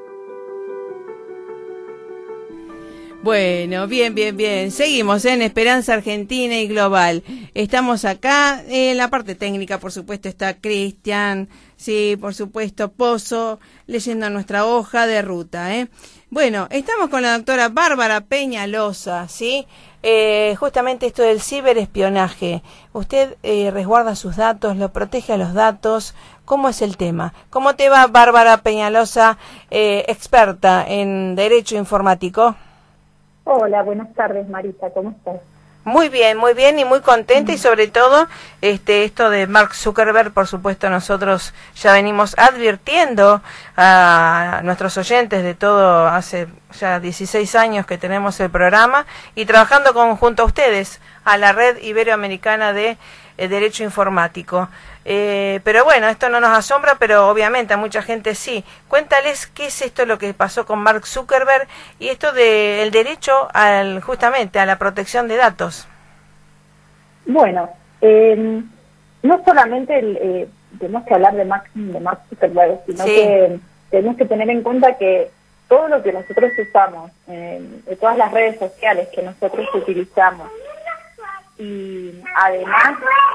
Bueno, bien. Seguimos en Esperanza Argentina y Global. Estamos acá, en la parte técnica, por supuesto, está Cristian, sí, por supuesto, Pozo, leyendo nuestra hoja de ruta, ¿eh? Bueno, estamos con la doctora Bárbara Peñalosa, ¿sí? Justamente esto del ciberespionaje. Usted resguarda sus datos, lo protege a los datos. ¿Cómo es el tema? ¿Cómo te va, Bárbara Peñalosa, experta en derecho informático? Hola, buenas tardes, Marisa, ¿cómo estás? Muy bien y muy contenta y sobre todo esto de Mark Zuckerberg, por supuesto nosotros ya venimos advirtiendo a nuestros oyentes de todo hace ya 16 años que tenemos el programa y trabajando junto a ustedes a la Red Iberoamericana de Derecho Informático. Pero bueno, esto no nos asombra, pero obviamente a mucha gente sí. Cuéntales qué es esto lo que pasó con Mark Zuckerberg y esto del derecho justamente a la protección de datos. Bueno, no solamente tenemos que hablar de Mark Zuckerberg, sino Sí. que tenemos que tener en cuenta que todo lo que nosotros usamos, todas las redes sociales que nosotros utilizamos, y además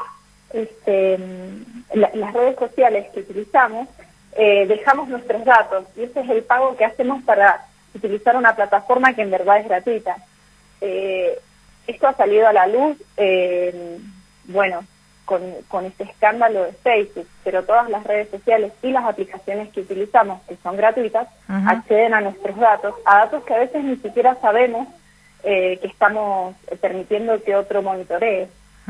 las redes sociales que utilizamos, dejamos nuestros datos y ese es el pago que hacemos para utilizar una plataforma que en verdad es gratuita. Esto ha salido a la luz, con este escándalo de Facebook, pero todas las redes sociales y las aplicaciones que utilizamos, que son gratuitas, acceden a nuestros datos, a datos que a veces ni siquiera sabemos que estamos permitiendo que otro monitoree.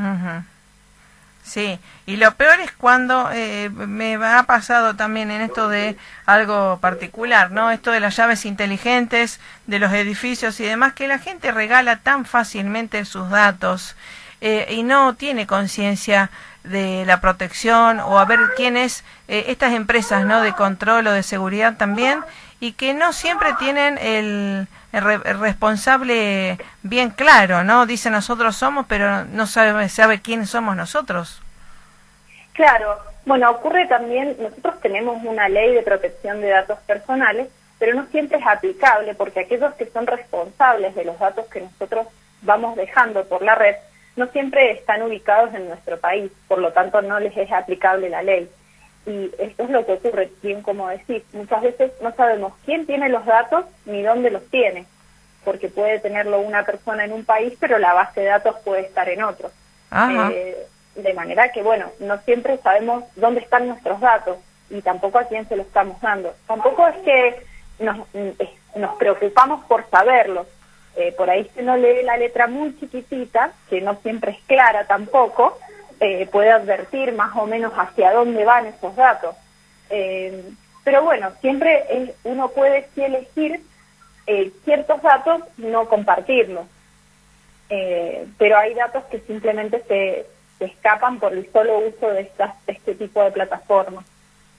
Sí, y lo peor es cuando me ha pasado también en esto de algo particular, ¿no? Esto de las llaves inteligentes, de los edificios y demás, que la gente regala tan fácilmente sus datos y no tiene conciencia de la protección o a ver quiénes, estas empresas, ¿no? De control o de seguridad también, y que no siempre tienen el responsable bien claro, ¿no? Dice nosotros somos, pero no sabe quiénes somos nosotros. Claro, bueno, ocurre también, nosotros tenemos una ley de protección de datos personales, pero no siempre es aplicable porque aquellos que son responsables de los datos que nosotros vamos dejando por la red no siempre están ubicados en nuestro país, por lo tanto no les es aplicable la ley. Y esto es lo que ocurre, bien como decís, muchas veces no sabemos quién tiene los datos ni dónde los tiene, porque puede tenerlo una persona en un país, pero la base de datos puede estar en otro. De manera que, bueno, no siempre sabemos dónde están nuestros datos y tampoco a quién se los estamos dando. Tampoco es que nos preocupamos por saberlo. Por ahí si uno lee la letra muy chiquitita, que no siempre es clara tampoco, puede advertir más o menos hacia dónde van esos datos. Pero bueno, siempre uno puede sí elegir ciertos datos, no compartirlos. Pero hay datos que simplemente se escapan por el solo uso de este tipo de plataformas.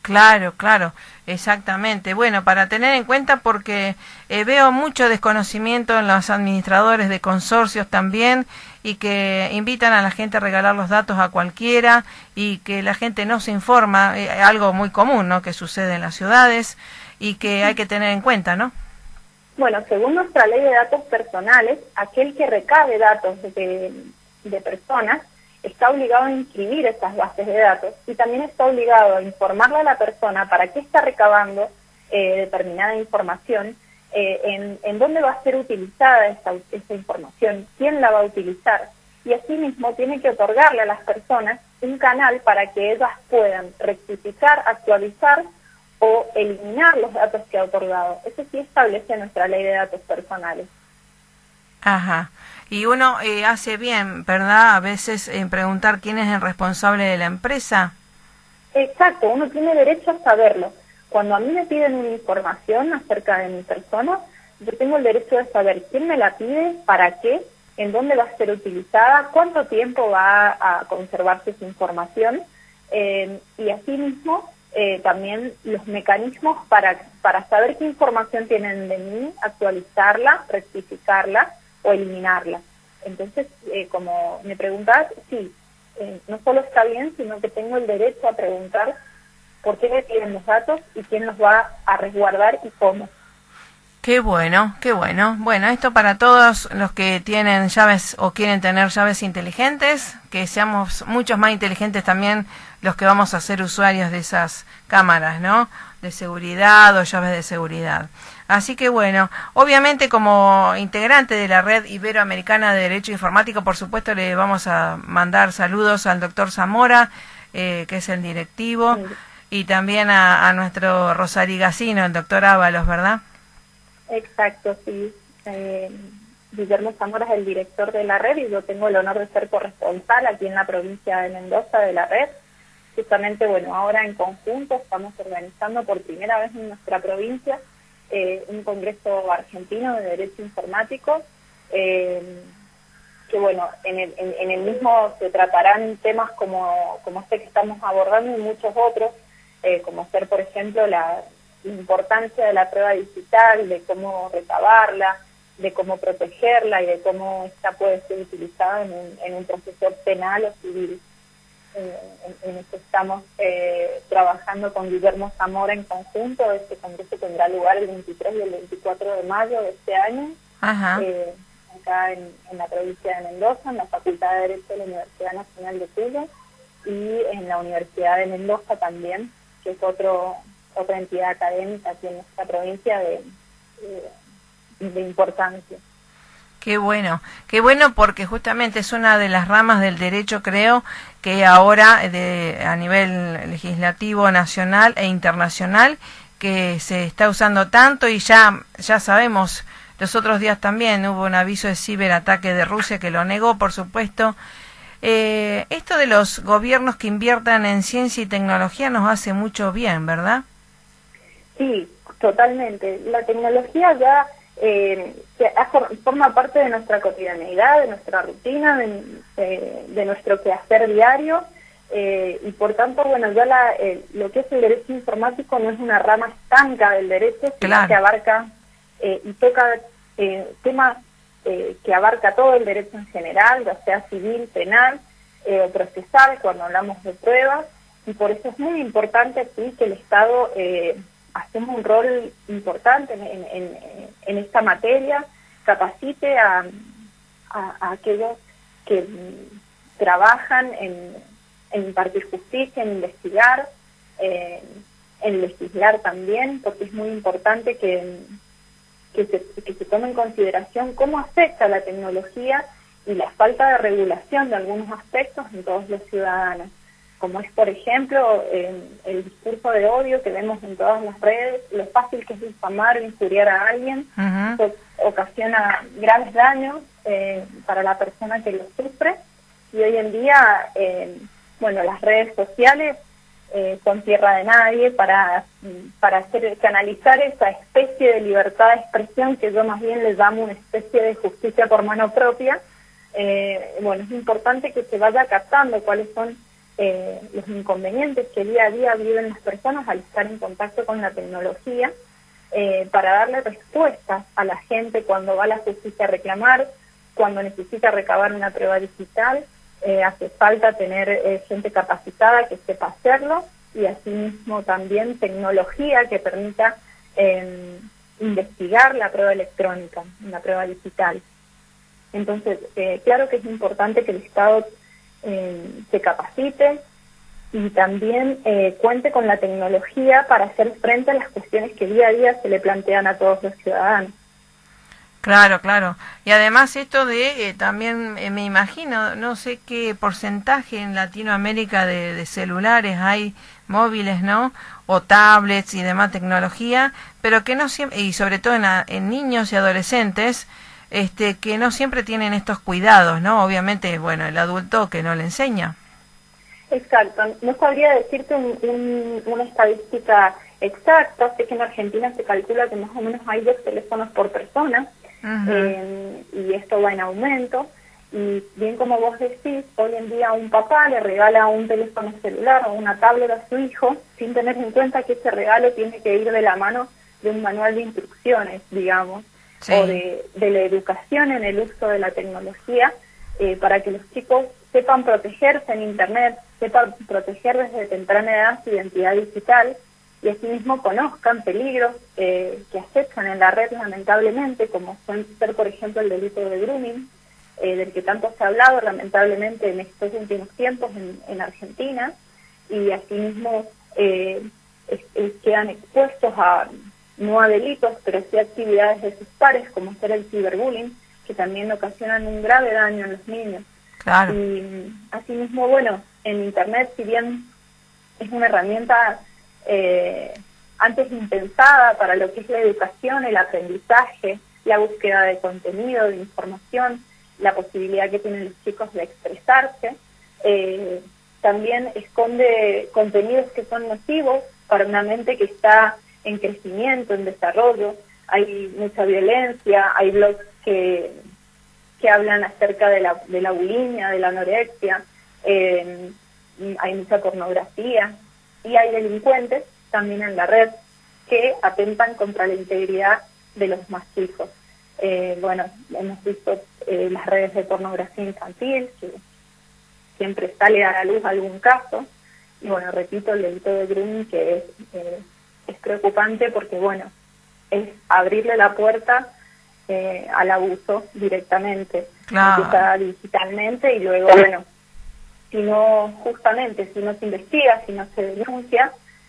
Claro, claro, exactamente. Bueno, para tener en cuenta porque veo mucho desconocimiento en los administradores de consorcios también y que invitan a la gente a regalar los datos a cualquiera y que la gente no se informa, algo muy común, ¿no?, que sucede en las ciudades y que hay que tener en cuenta, ¿no? Bueno, según nuestra ley de datos personales, aquel que recabe datos de personas está obligado a inscribir estas bases de datos y también está obligado a informarle a la persona para qué está recabando determinada información, en dónde va a ser utilizada esta información, quién la va a utilizar. Y asimismo tiene que otorgarle a las personas un canal para que ellas puedan rectificar, actualizar o eliminar los datos que ha otorgado. Eso sí establece nuestra ley de datos personales. Ajá. Y uno hace bien, ¿verdad?, a veces en preguntar quién es el responsable de la empresa. Exacto, uno tiene derecho a saberlo. Cuando a mí me piden una información acerca de mi persona, yo tengo el derecho de saber quién me la pide, para qué, en dónde va a ser utilizada, cuánto tiempo va a conservarse esa información, y asimismo también los mecanismos para saber qué información tienen de mí, actualizarla, rectificarla o eliminarla. Entonces, como me preguntás, sí, no solo está bien, sino que tengo el derecho a preguntar por qué me piden los datos y quién los va a resguardar y cómo. Qué bueno, qué bueno. Bueno, esto para todos los que tienen llaves o quieren tener llaves inteligentes, que seamos muchos más inteligentes también los que vamos a ser usuarios de esas cámaras, ¿no?, de seguridad o llaves de seguridad. Así que bueno, obviamente como integrante de la Red Iberoamericana de Derecho Informático, por supuesto le vamos a mandar saludos al doctor Zamora, que es el directivo, Sí. y también a nuestro rosarigacino, el doctor Ábalos, ¿verdad? Exacto, sí. Guillermo Zamora es el director de la red y yo tengo el honor de ser corresponsal aquí en la provincia de Mendoza de la red. Justamente, bueno, ahora en conjunto estamos organizando por primera vez en nuestra provincia un congreso argentino de derecho informático, que bueno, en el mismo se tratarán temas como este que estamos abordando y muchos otros, como ser, por ejemplo, la importancia de la prueba digital, de cómo recabarla, de cómo protegerla y de cómo esta puede ser utilizada en un proceso penal o civil. En esto estamos trabajando con Guillermo Zamora en conjunto. Este congreso tendrá lugar el 23 y el 24 de mayo de este año, acá en la provincia de Mendoza, en la Facultad de Derecho de la Universidad Nacional de Cuyo y en la Universidad de Mendoza también, que es otra entidad académica aquí en nuestra provincia de importancia. Qué bueno porque justamente es una de las ramas del derecho, creo, que ahora a nivel legislativo nacional e internacional que se está usando tanto y ya sabemos, los otros días también hubo un aviso de ciberataque de Rusia que lo negó, por supuesto. Esto de los gobiernos que inviertan en ciencia y tecnología nos hace mucho bien, ¿verdad? Sí, totalmente. La tecnología ya forma parte de nuestra cotidianeidad, de nuestra rutina, de nuestro quehacer diario, y por tanto, bueno, ya lo que es el derecho informático no es una rama estanca del derecho, sino que abarca y toca temas que abarca todo el derecho en general, ya sea civil, penal o procesal, cuando hablamos de pruebas, y por eso es muy importante aquí que el Estado hacemos un rol importante en esta materia, capacite a aquellos que trabajan en impartir justicia, en investigar, en legislar también, porque es muy importante que se tome en consideración cómo afecta la tecnología y la falta de regulación de algunos aspectos en todos los ciudadanos, como es, por ejemplo, el discurso de odio que vemos en todas las redes, lo fácil que es difamar o injuriar a alguien, que ocasiona graves daños para la persona que lo sufre, y hoy en día, bueno, las redes sociales son tierra de nadie para canalizar esa especie de libertad de expresión que yo más bien le llamo una especie de justicia por mano propia. Bueno, es importante que se vaya captando cuáles son los inconvenientes que día a día viven las personas al estar en contacto con la tecnología, para darle respuestas a la gente cuando va a la justicia a reclamar, cuando necesita recabar una prueba digital. Hace falta tener gente capacitada que sepa hacerlo, y asimismo también tecnología que permita investigar la prueba electrónica, la prueba digital. Entonces, claro que es importante que el Estado se capacite y también cuente con la tecnología para hacer frente a las cuestiones que día a día se le plantean a todos los ciudadanos. Claro, claro. Y además esto de, también me imagino, no sé qué porcentaje en Latinoamérica de celulares hay, móviles, ¿no? O tablets y demás tecnología, pero que no siempre, y sobre todo en niños y adolescentes, que no siempre tienen estos cuidados, ¿no? Obviamente, bueno, el adulto que no le enseña. Exacto. No sabría decirte una estadística exacta. Sé que en Argentina se calcula que más o menos hay 2 teléfonos por persona. Y esto va en aumento, y bien como vos decís, hoy en día un papá le regala un teléfono celular o una tablet a su hijo sin tener en cuenta que ese regalo tiene que ir de la mano de un manual de instrucciones, digamos, sí, o de la educación en el uso de la tecnología, para que los chicos sepan protegerse en Internet, sepan proteger desde temprana edad su identidad digital, y asimismo conozcan peligros que acechan en la red, lamentablemente, como pueden ser, por ejemplo, el delito de grooming, del que tanto se ha hablado, lamentablemente, en estos últimos tiempos en Argentina, y asimismo quedan expuestos no a delitos, pero sí a actividades de sus pares, como ser el ciberbullying, que también ocasionan un grave daño en los niños. Claro. Y asimismo, bueno, en Internet, si bien es una herramienta antes impensada para lo que es la educación, el aprendizaje, la búsqueda de contenido, de información, la posibilidad que tienen los chicos de expresarse, también esconde contenidos que son nocivos para una mente que está en crecimiento, en desarrollo. Hay mucha violencia, hay blogs que hablan acerca de la bulimia, de la anorexia, hay mucha pornografía, y hay delincuentes también en la red que atentan contra la integridad de los más chicos. Bueno, hemos visto las redes de pornografía infantil, que siempre sale a la luz algún caso, y bueno, repito, el delito de grooming, que es preocupante porque, bueno, es abrirle la puerta al abuso directamente, claro, empieza digitalmente, y luego, bueno, si no se investiga, si no se denuncia,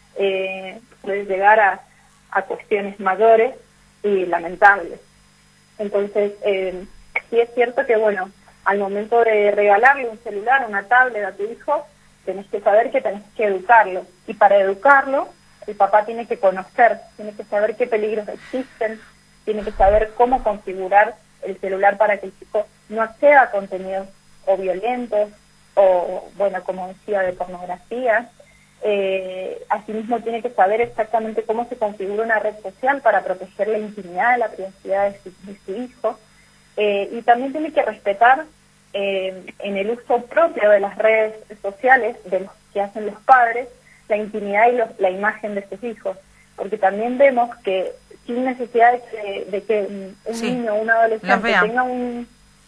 puede llegar a cuestiones mayores y lamentables. Entonces, sí es cierto que, bueno, al momento de regalarle un celular, una tablet a tu hijo, tenés que saber que tenés que educarlo. Y para educarlo, el papá tiene que conocer, tiene que saber qué peligros existen, tiene que saber cómo configurar el celular para que el chico no acceda a contenidos o violentos, o, bueno, como decía, de pornografía. Asimismo tiene que saber exactamente cómo se configura una red social para proteger la intimidad, la privacidad de su hijo, y también tiene que respetar en el uso propio de las redes sociales, de los que hacen los padres, la intimidad y la imagen de sus hijos, porque también vemos que sin necesidad de que un sí, niño o un adolescente tenga un...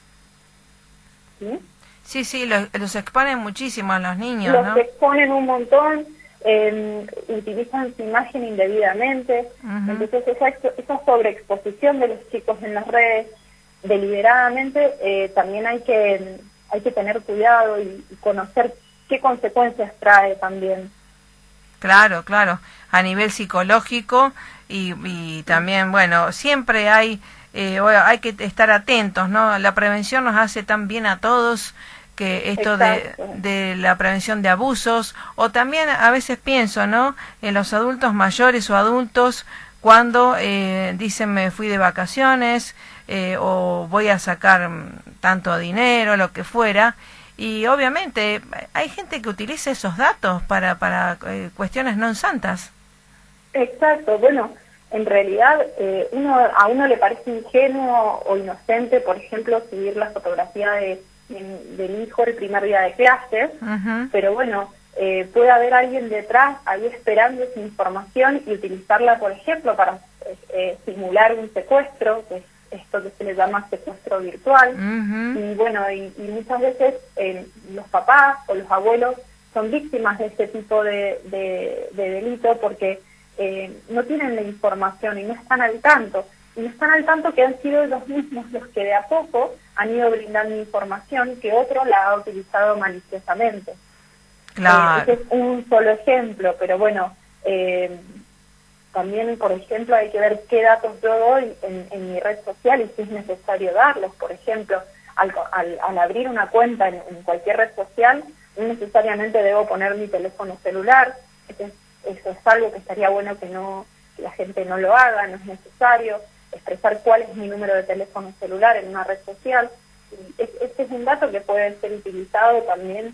¿Sí? Sí, los exponen muchísimo a los niños, los ¿no? exponen un montón, utilizan su imagen indebidamente. Entonces esa sobreexposición de los chicos en las redes, deliberadamente, también hay que tener cuidado y conocer qué consecuencias trae también. Claro, claro, a nivel psicológico y también, bueno, siempre hay que estar atentos, ¿no? La prevención nos hace tan bien a todos, que esto de la prevención de abusos, o también a veces pienso, ¿no?, en los adultos mayores o adultos cuando dicen me fui de vacaciones o voy a sacar tanto dinero, lo que fuera, y obviamente hay gente que utiliza esos datos para cuestiones no santas. Exacto, bueno, en realidad a uno le parece ingenuo o inocente, por ejemplo, subir la fotografía de del hijo el primer día de clases, pero bueno, puede haber alguien detrás ahí esperando esa información y utilizarla, por ejemplo, para simular un secuestro, que es esto que se le llama secuestro virtual. Y bueno, y muchas veces los papás o los abuelos son víctimas de este tipo de delito porque no tienen la información y no están al tanto. Y no están al tanto que han sido ellos mismos los que de a poco han ido brindando información que otro la ha utilizado maliciosamente. Claro. Ese es un solo ejemplo, pero bueno, también, por ejemplo, hay que ver qué datos yo doy en mi red social y si es necesario darlos. Por ejemplo, al abrir una cuenta en cualquier red social, no necesariamente debo poner mi teléfono celular. Eso es algo que estaría bueno que la gente no lo haga, no es necesario expresar cuál es mi número de teléfono celular en una red social. Este es un dato que puede ser utilizado también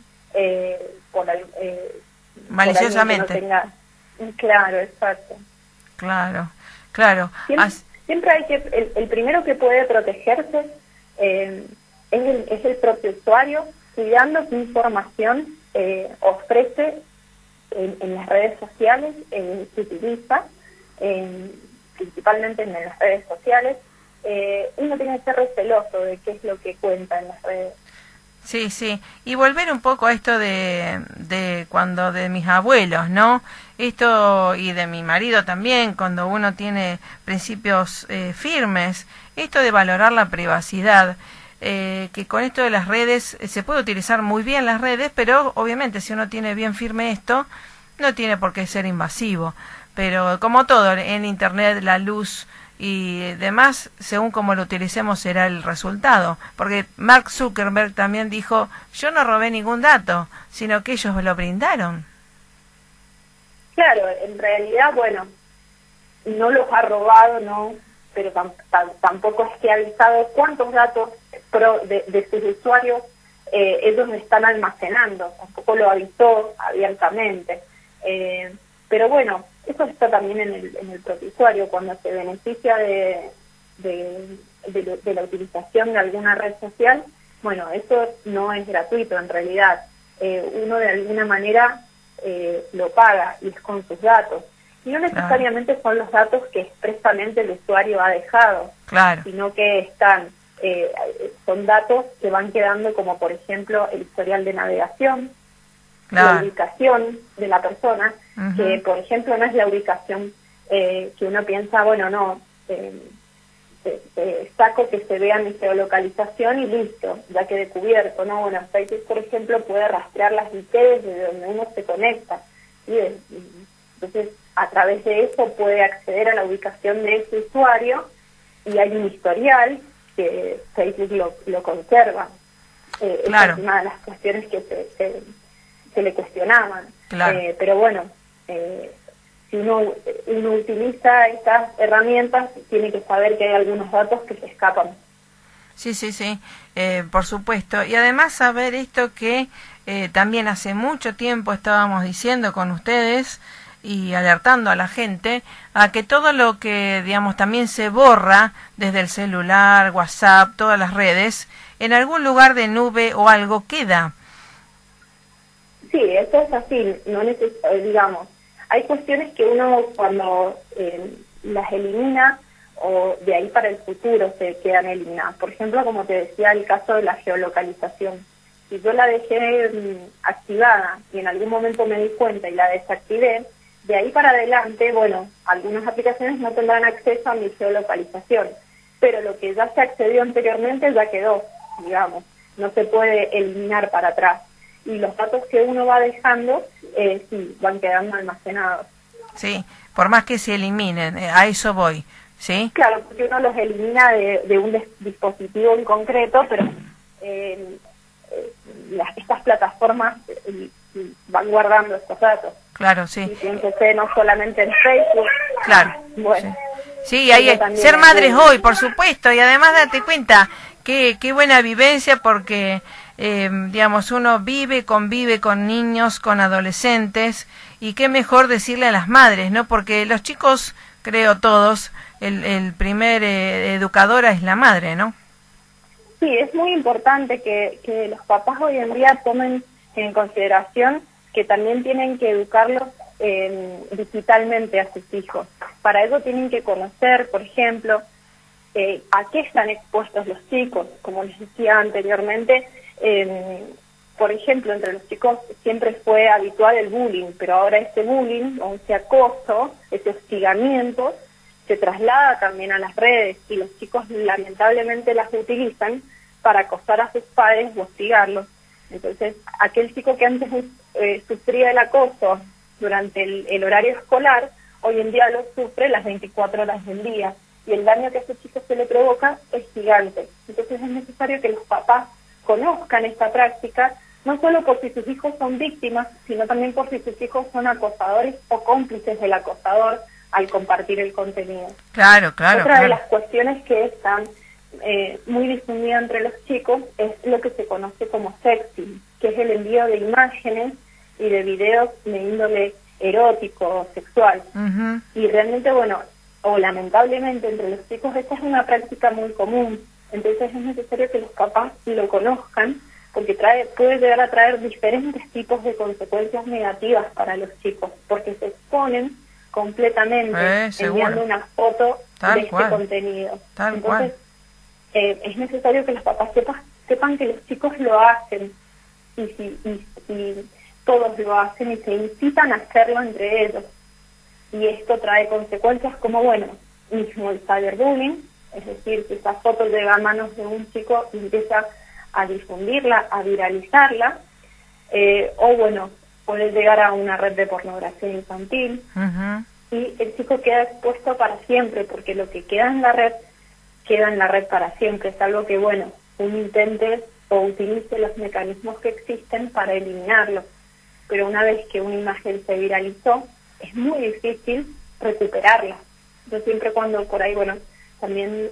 maliciosamente. Por alguien que no tenga... Claro, exacto. Claro. Siempre hay que... El primero que puede protegerse es el propio usuario, cuidando qué información ofrece en las redes sociales que utiliza, principalmente en las redes sociales. Uno tiene que ser receloso de qué es lo que cuenta en las redes. Sí, y volver un poco a esto de cuando de mis abuelos, ¿no? Esto, y de mi marido también, cuando uno tiene principios firmes, esto de valorar la privacidad, que con esto de las redes, se puede utilizar muy bien las redes, pero obviamente si uno tiene bien firme esto, no tiene por qué ser invasivo. Pero como todo, en Internet, la luz y demás, según como lo utilicemos será el resultado. Porque Mark Zuckerberg también dijo, yo no robé ningún dato, sino que ellos me lo brindaron. Claro, en realidad, bueno, no los ha robado, no, pero tampoco es que ha avisado cuántos datos de sus usuarios ellos están almacenando, tampoco lo avisó abiertamente. Pero bueno, eso está también en el propio usuario, cuando se beneficia de la utilización de alguna red social. Bueno, eso no es gratuito en realidad. Uno de alguna manera lo paga y es con sus datos. Y no necesariamente son los datos que expresamente el usuario ha dejado, sino que son datos que van quedando, como por ejemplo el historial de navegación, la ubicación de la persona, que por ejemplo no es la ubicación que uno piensa, bueno, no, saco que se vea mi geolocalización y listo, ya quedé cubierto, ¿no? Bueno, Facebook, por ejemplo, puede rastrear las IP desde donde uno se conecta, ¿sí? Entonces, a través de eso puede acceder a la ubicación de ese usuario y hay un historial que Facebook lo conserva. Esa es una de las cuestiones que se le cuestionaban. Pero bueno, si uno utiliza estas herramientas, tiene que saber que hay algunos datos que se escapan. Sí, por supuesto. Y además saber esto que también hace mucho tiempo estábamos diciendo con ustedes y alertando a la gente a que todo lo que, digamos, también se borra desde el celular, WhatsApp, todas las redes, en algún lugar de nube o algo queda. Sí, eso es así, no digamos, hay cuestiones que uno cuando las elimina o de ahí para el futuro se quedan eliminadas. Por ejemplo, como te decía, el caso de la geolocalización. Si yo la dejé activada y en algún momento me di cuenta y la desactivé, de ahí para adelante, bueno, algunas aplicaciones no tendrán acceso a mi geolocalización, pero lo que ya se accedió anteriormente ya quedó, digamos, no se puede eliminar para atrás. Y los datos que uno va dejando, sí, van quedando almacenados. Sí, por más que se eliminen, a eso voy, ¿sí? Claro, porque uno los elimina de un dispositivo en concreto, pero estas plataformas van guardando estos datos. Claro, sí. Y fíjense, no solamente en Facebook. Claro. Bueno. Sí, hay ser madres hoy, por supuesto, y además date cuenta qué buena vivencia porque... digamos, uno convive con niños, con adolescentes, y qué mejor decirle a las madres, ¿no? Porque los chicos, creo todos, el primer educadora es la madre, ¿no? Sí, es muy importante que los papás hoy en día tomen en consideración que también tienen que educarlos digitalmente a sus hijos. Para eso tienen que conocer, por ejemplo, a qué están expuestos los chicos. Como les decía anteriormente, por ejemplo, entre los chicos siempre fue habitual el bullying, pero ahora ese bullying, o ese acoso, ese hostigamiento, se traslada también a las redes y los chicos lamentablemente las utilizan para acosar a sus padres o hostigarlos. Entonces, aquel chico que antes sufría el acoso durante el horario escolar, hoy en día lo sufre las 24 horas del día, y el daño que a ese chico se le provoca es gigante. Entonces es necesario que los papás conozcan esta práctica, no solo por si sus hijos son víctimas, sino también por si sus hijos son acosadores o cómplices del acosador al compartir el contenido. Claro. Otra de las cuestiones que están muy difundida entre los chicos es lo que se conoce como sexting, que es el envío de imágenes y de videos de índole erótico o sexual. Y realmente, bueno, o lamentablemente entre los chicos esta es una práctica muy común. Entonces es necesario que los papás lo conozcan, porque puede llegar a traer diferentes tipos de consecuencias negativas para los chicos, porque se exponen completamente enviando una foto de este contenido. Entonces es necesario que los papás sepan que los chicos lo hacen, y si todos lo hacen y se incitan a hacerlo entre ellos. Y esto trae consecuencias como, bueno, mismo el cyberbullying, es decir, que esa foto llega a manos de un chico y empieza a difundirla, a viralizarla, o bueno, puede llegar a una red de pornografía infantil, y el chico queda expuesto para siempre, porque lo que queda en la red para siempre, salvo que, bueno, uno intente o utilice los mecanismos que existen para eliminarlo. Pero una vez que una imagen se viralizó, es muy difícil recuperarla. Yo siempre cuando por ahí, bueno, también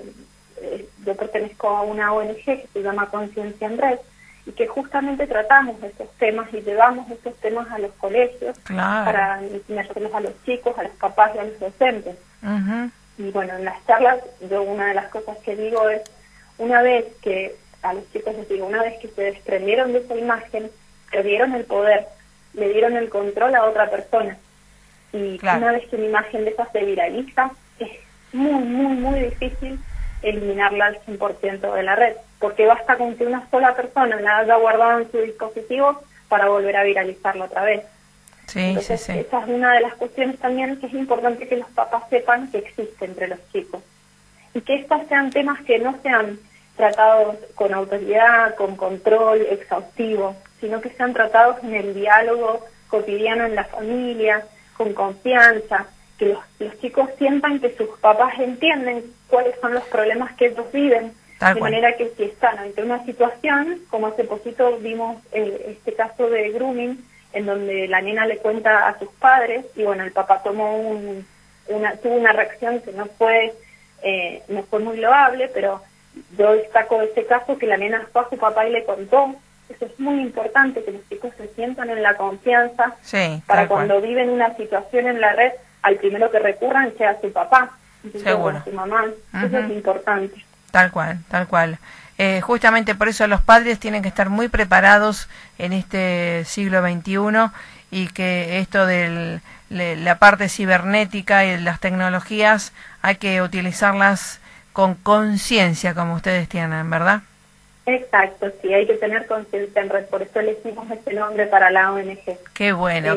yo pertenezco a una ONG que se llama Conciencia en Red, y que justamente tratamos estos temas y llevamos estos temas a los colegios para enseñarlos a los chicos, a los papás y a los docentes. Y bueno, en las charlas yo una de las cosas que digo es, una vez que a los chicos les digo, una vez que se desprendieron de esa imagen, perdieron el poder, le dieron el control a otra persona. Y una vez que una imagen de esa se viraliza, es muy difícil eliminarla al 100% de la red, porque basta con que una sola persona la haya guardado en su dispositivo para volver a viralizarla otra vez. Entonces, esa es una de las cuestiones también que es importante que los papás sepan que existe entre los chicos. Y que estos sean temas que no sean tratados con autoridad, con control exhaustivo, sino que sean tratados en el diálogo cotidiano en la familia, con confianza, que los chicos sientan que sus papás entienden cuáles son los problemas que ellos viven, de manera que si están ante una situación, como hace poquito vimos este caso de grooming, en donde la nena le cuenta a sus padres, y bueno, el papá tuvo una reacción que no fue muy loable, pero yo destaco ese caso que la nena fue a su papá y le contó. Eso es muy importante, que los chicos se sientan en la confianza para cuando viven una situación en la red, al primero que recurran sea su papá, o su mamá. Eso es importante. Tal cual. Justamente por eso los padres tienen que estar muy preparados en este siglo XXI, y que esto de la parte cibernética y las tecnologías hay que utilizarlas con conciencia, como ustedes tienen, ¿verdad? Exacto, sí, hay que tener conciencia en red, por eso elegimos este nombre para la ONG. Qué bueno.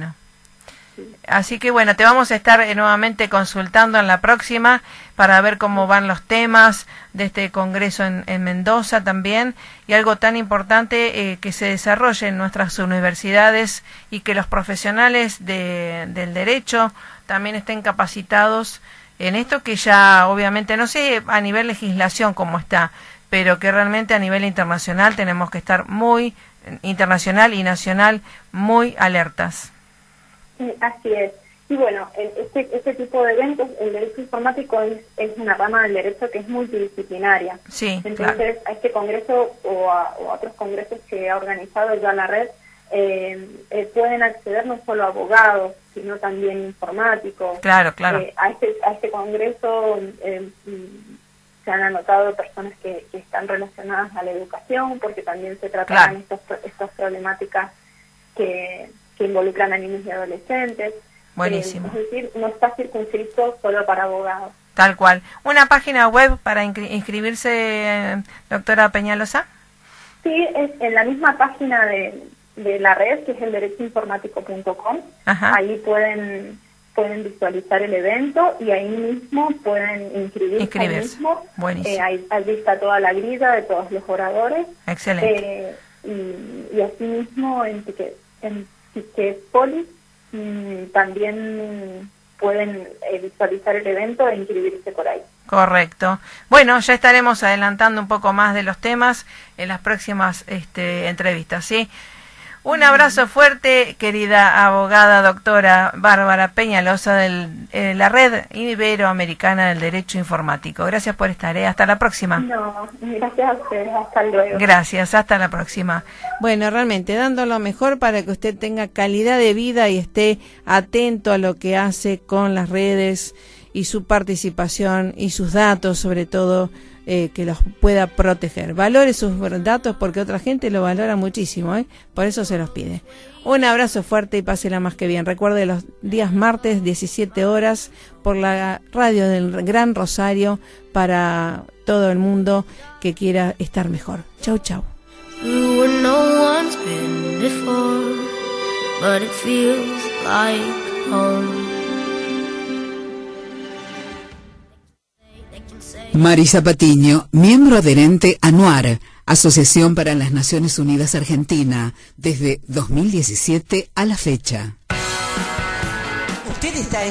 Así que bueno, te vamos a estar nuevamente consultando en la próxima para ver cómo van los temas de este congreso en Mendoza también, y algo tan importante que se desarrolle en nuestras universidades, y que los profesionales del derecho también estén capacitados en esto, que ya obviamente no sé a nivel legislación cómo está, pero que realmente a nivel internacional tenemos que estar internacional y nacional, muy alertas. Sí, así es. Y bueno, este tipo de eventos, el derecho informático es una rama del derecho que es multidisciplinaria. Sí, entonces, a este congreso o a otros congresos que ha organizado ya la red, pueden acceder no solo abogados, sino también informáticos. Claro. A este congreso se han anotado personas que están relacionadas a la educación, porque también se tratarán estas problemáticas que involucran a niños y adolescentes. Buenísimo. Es decir, no está circunscrito solo para abogados. Tal cual. ¿Una página web para inscribirse, doctora Peñalosa? Sí, es en la misma página de la red, que es el derechoinformático.com. Ahí pueden visualizar el evento y ahí mismo pueden inscribirse. Ahí mismo. Buenísimo. Allí está toda la grilla de todos los oradores. Excelente. Y asimismo en Ticketpolis también pueden visualizar el evento e inscribirse por ahí. Correcto. Bueno, ya estaremos adelantando un poco más de los temas en las próximas entrevistas, ¿sí? Un abrazo fuerte, querida abogada doctora Bárbara Peñalosa de la Red Iberoamericana del Derecho Informático. Gracias por estar, hasta la próxima. No, gracias a ustedes, hasta luego. Gracias, hasta la próxima. Bueno, realmente dando lo mejor para que usted tenga calidad de vida y esté atento a lo que hace con las redes y su participación y sus datos, sobre todo, que los pueda proteger. Valore sus datos porque otra gente lo valora muchísimo, por eso se los pide. Un abrazo fuerte y pásela más que bien. Recuerde los días martes 17 horas por la radio del Gran Rosario para todo el mundo que quiera estar mejor. Chau, chau. Marisa Patiño, miembro adherente a ANUAR, Asociación para las Naciones Unidas Argentina, desde 2017 a la fecha. Usted está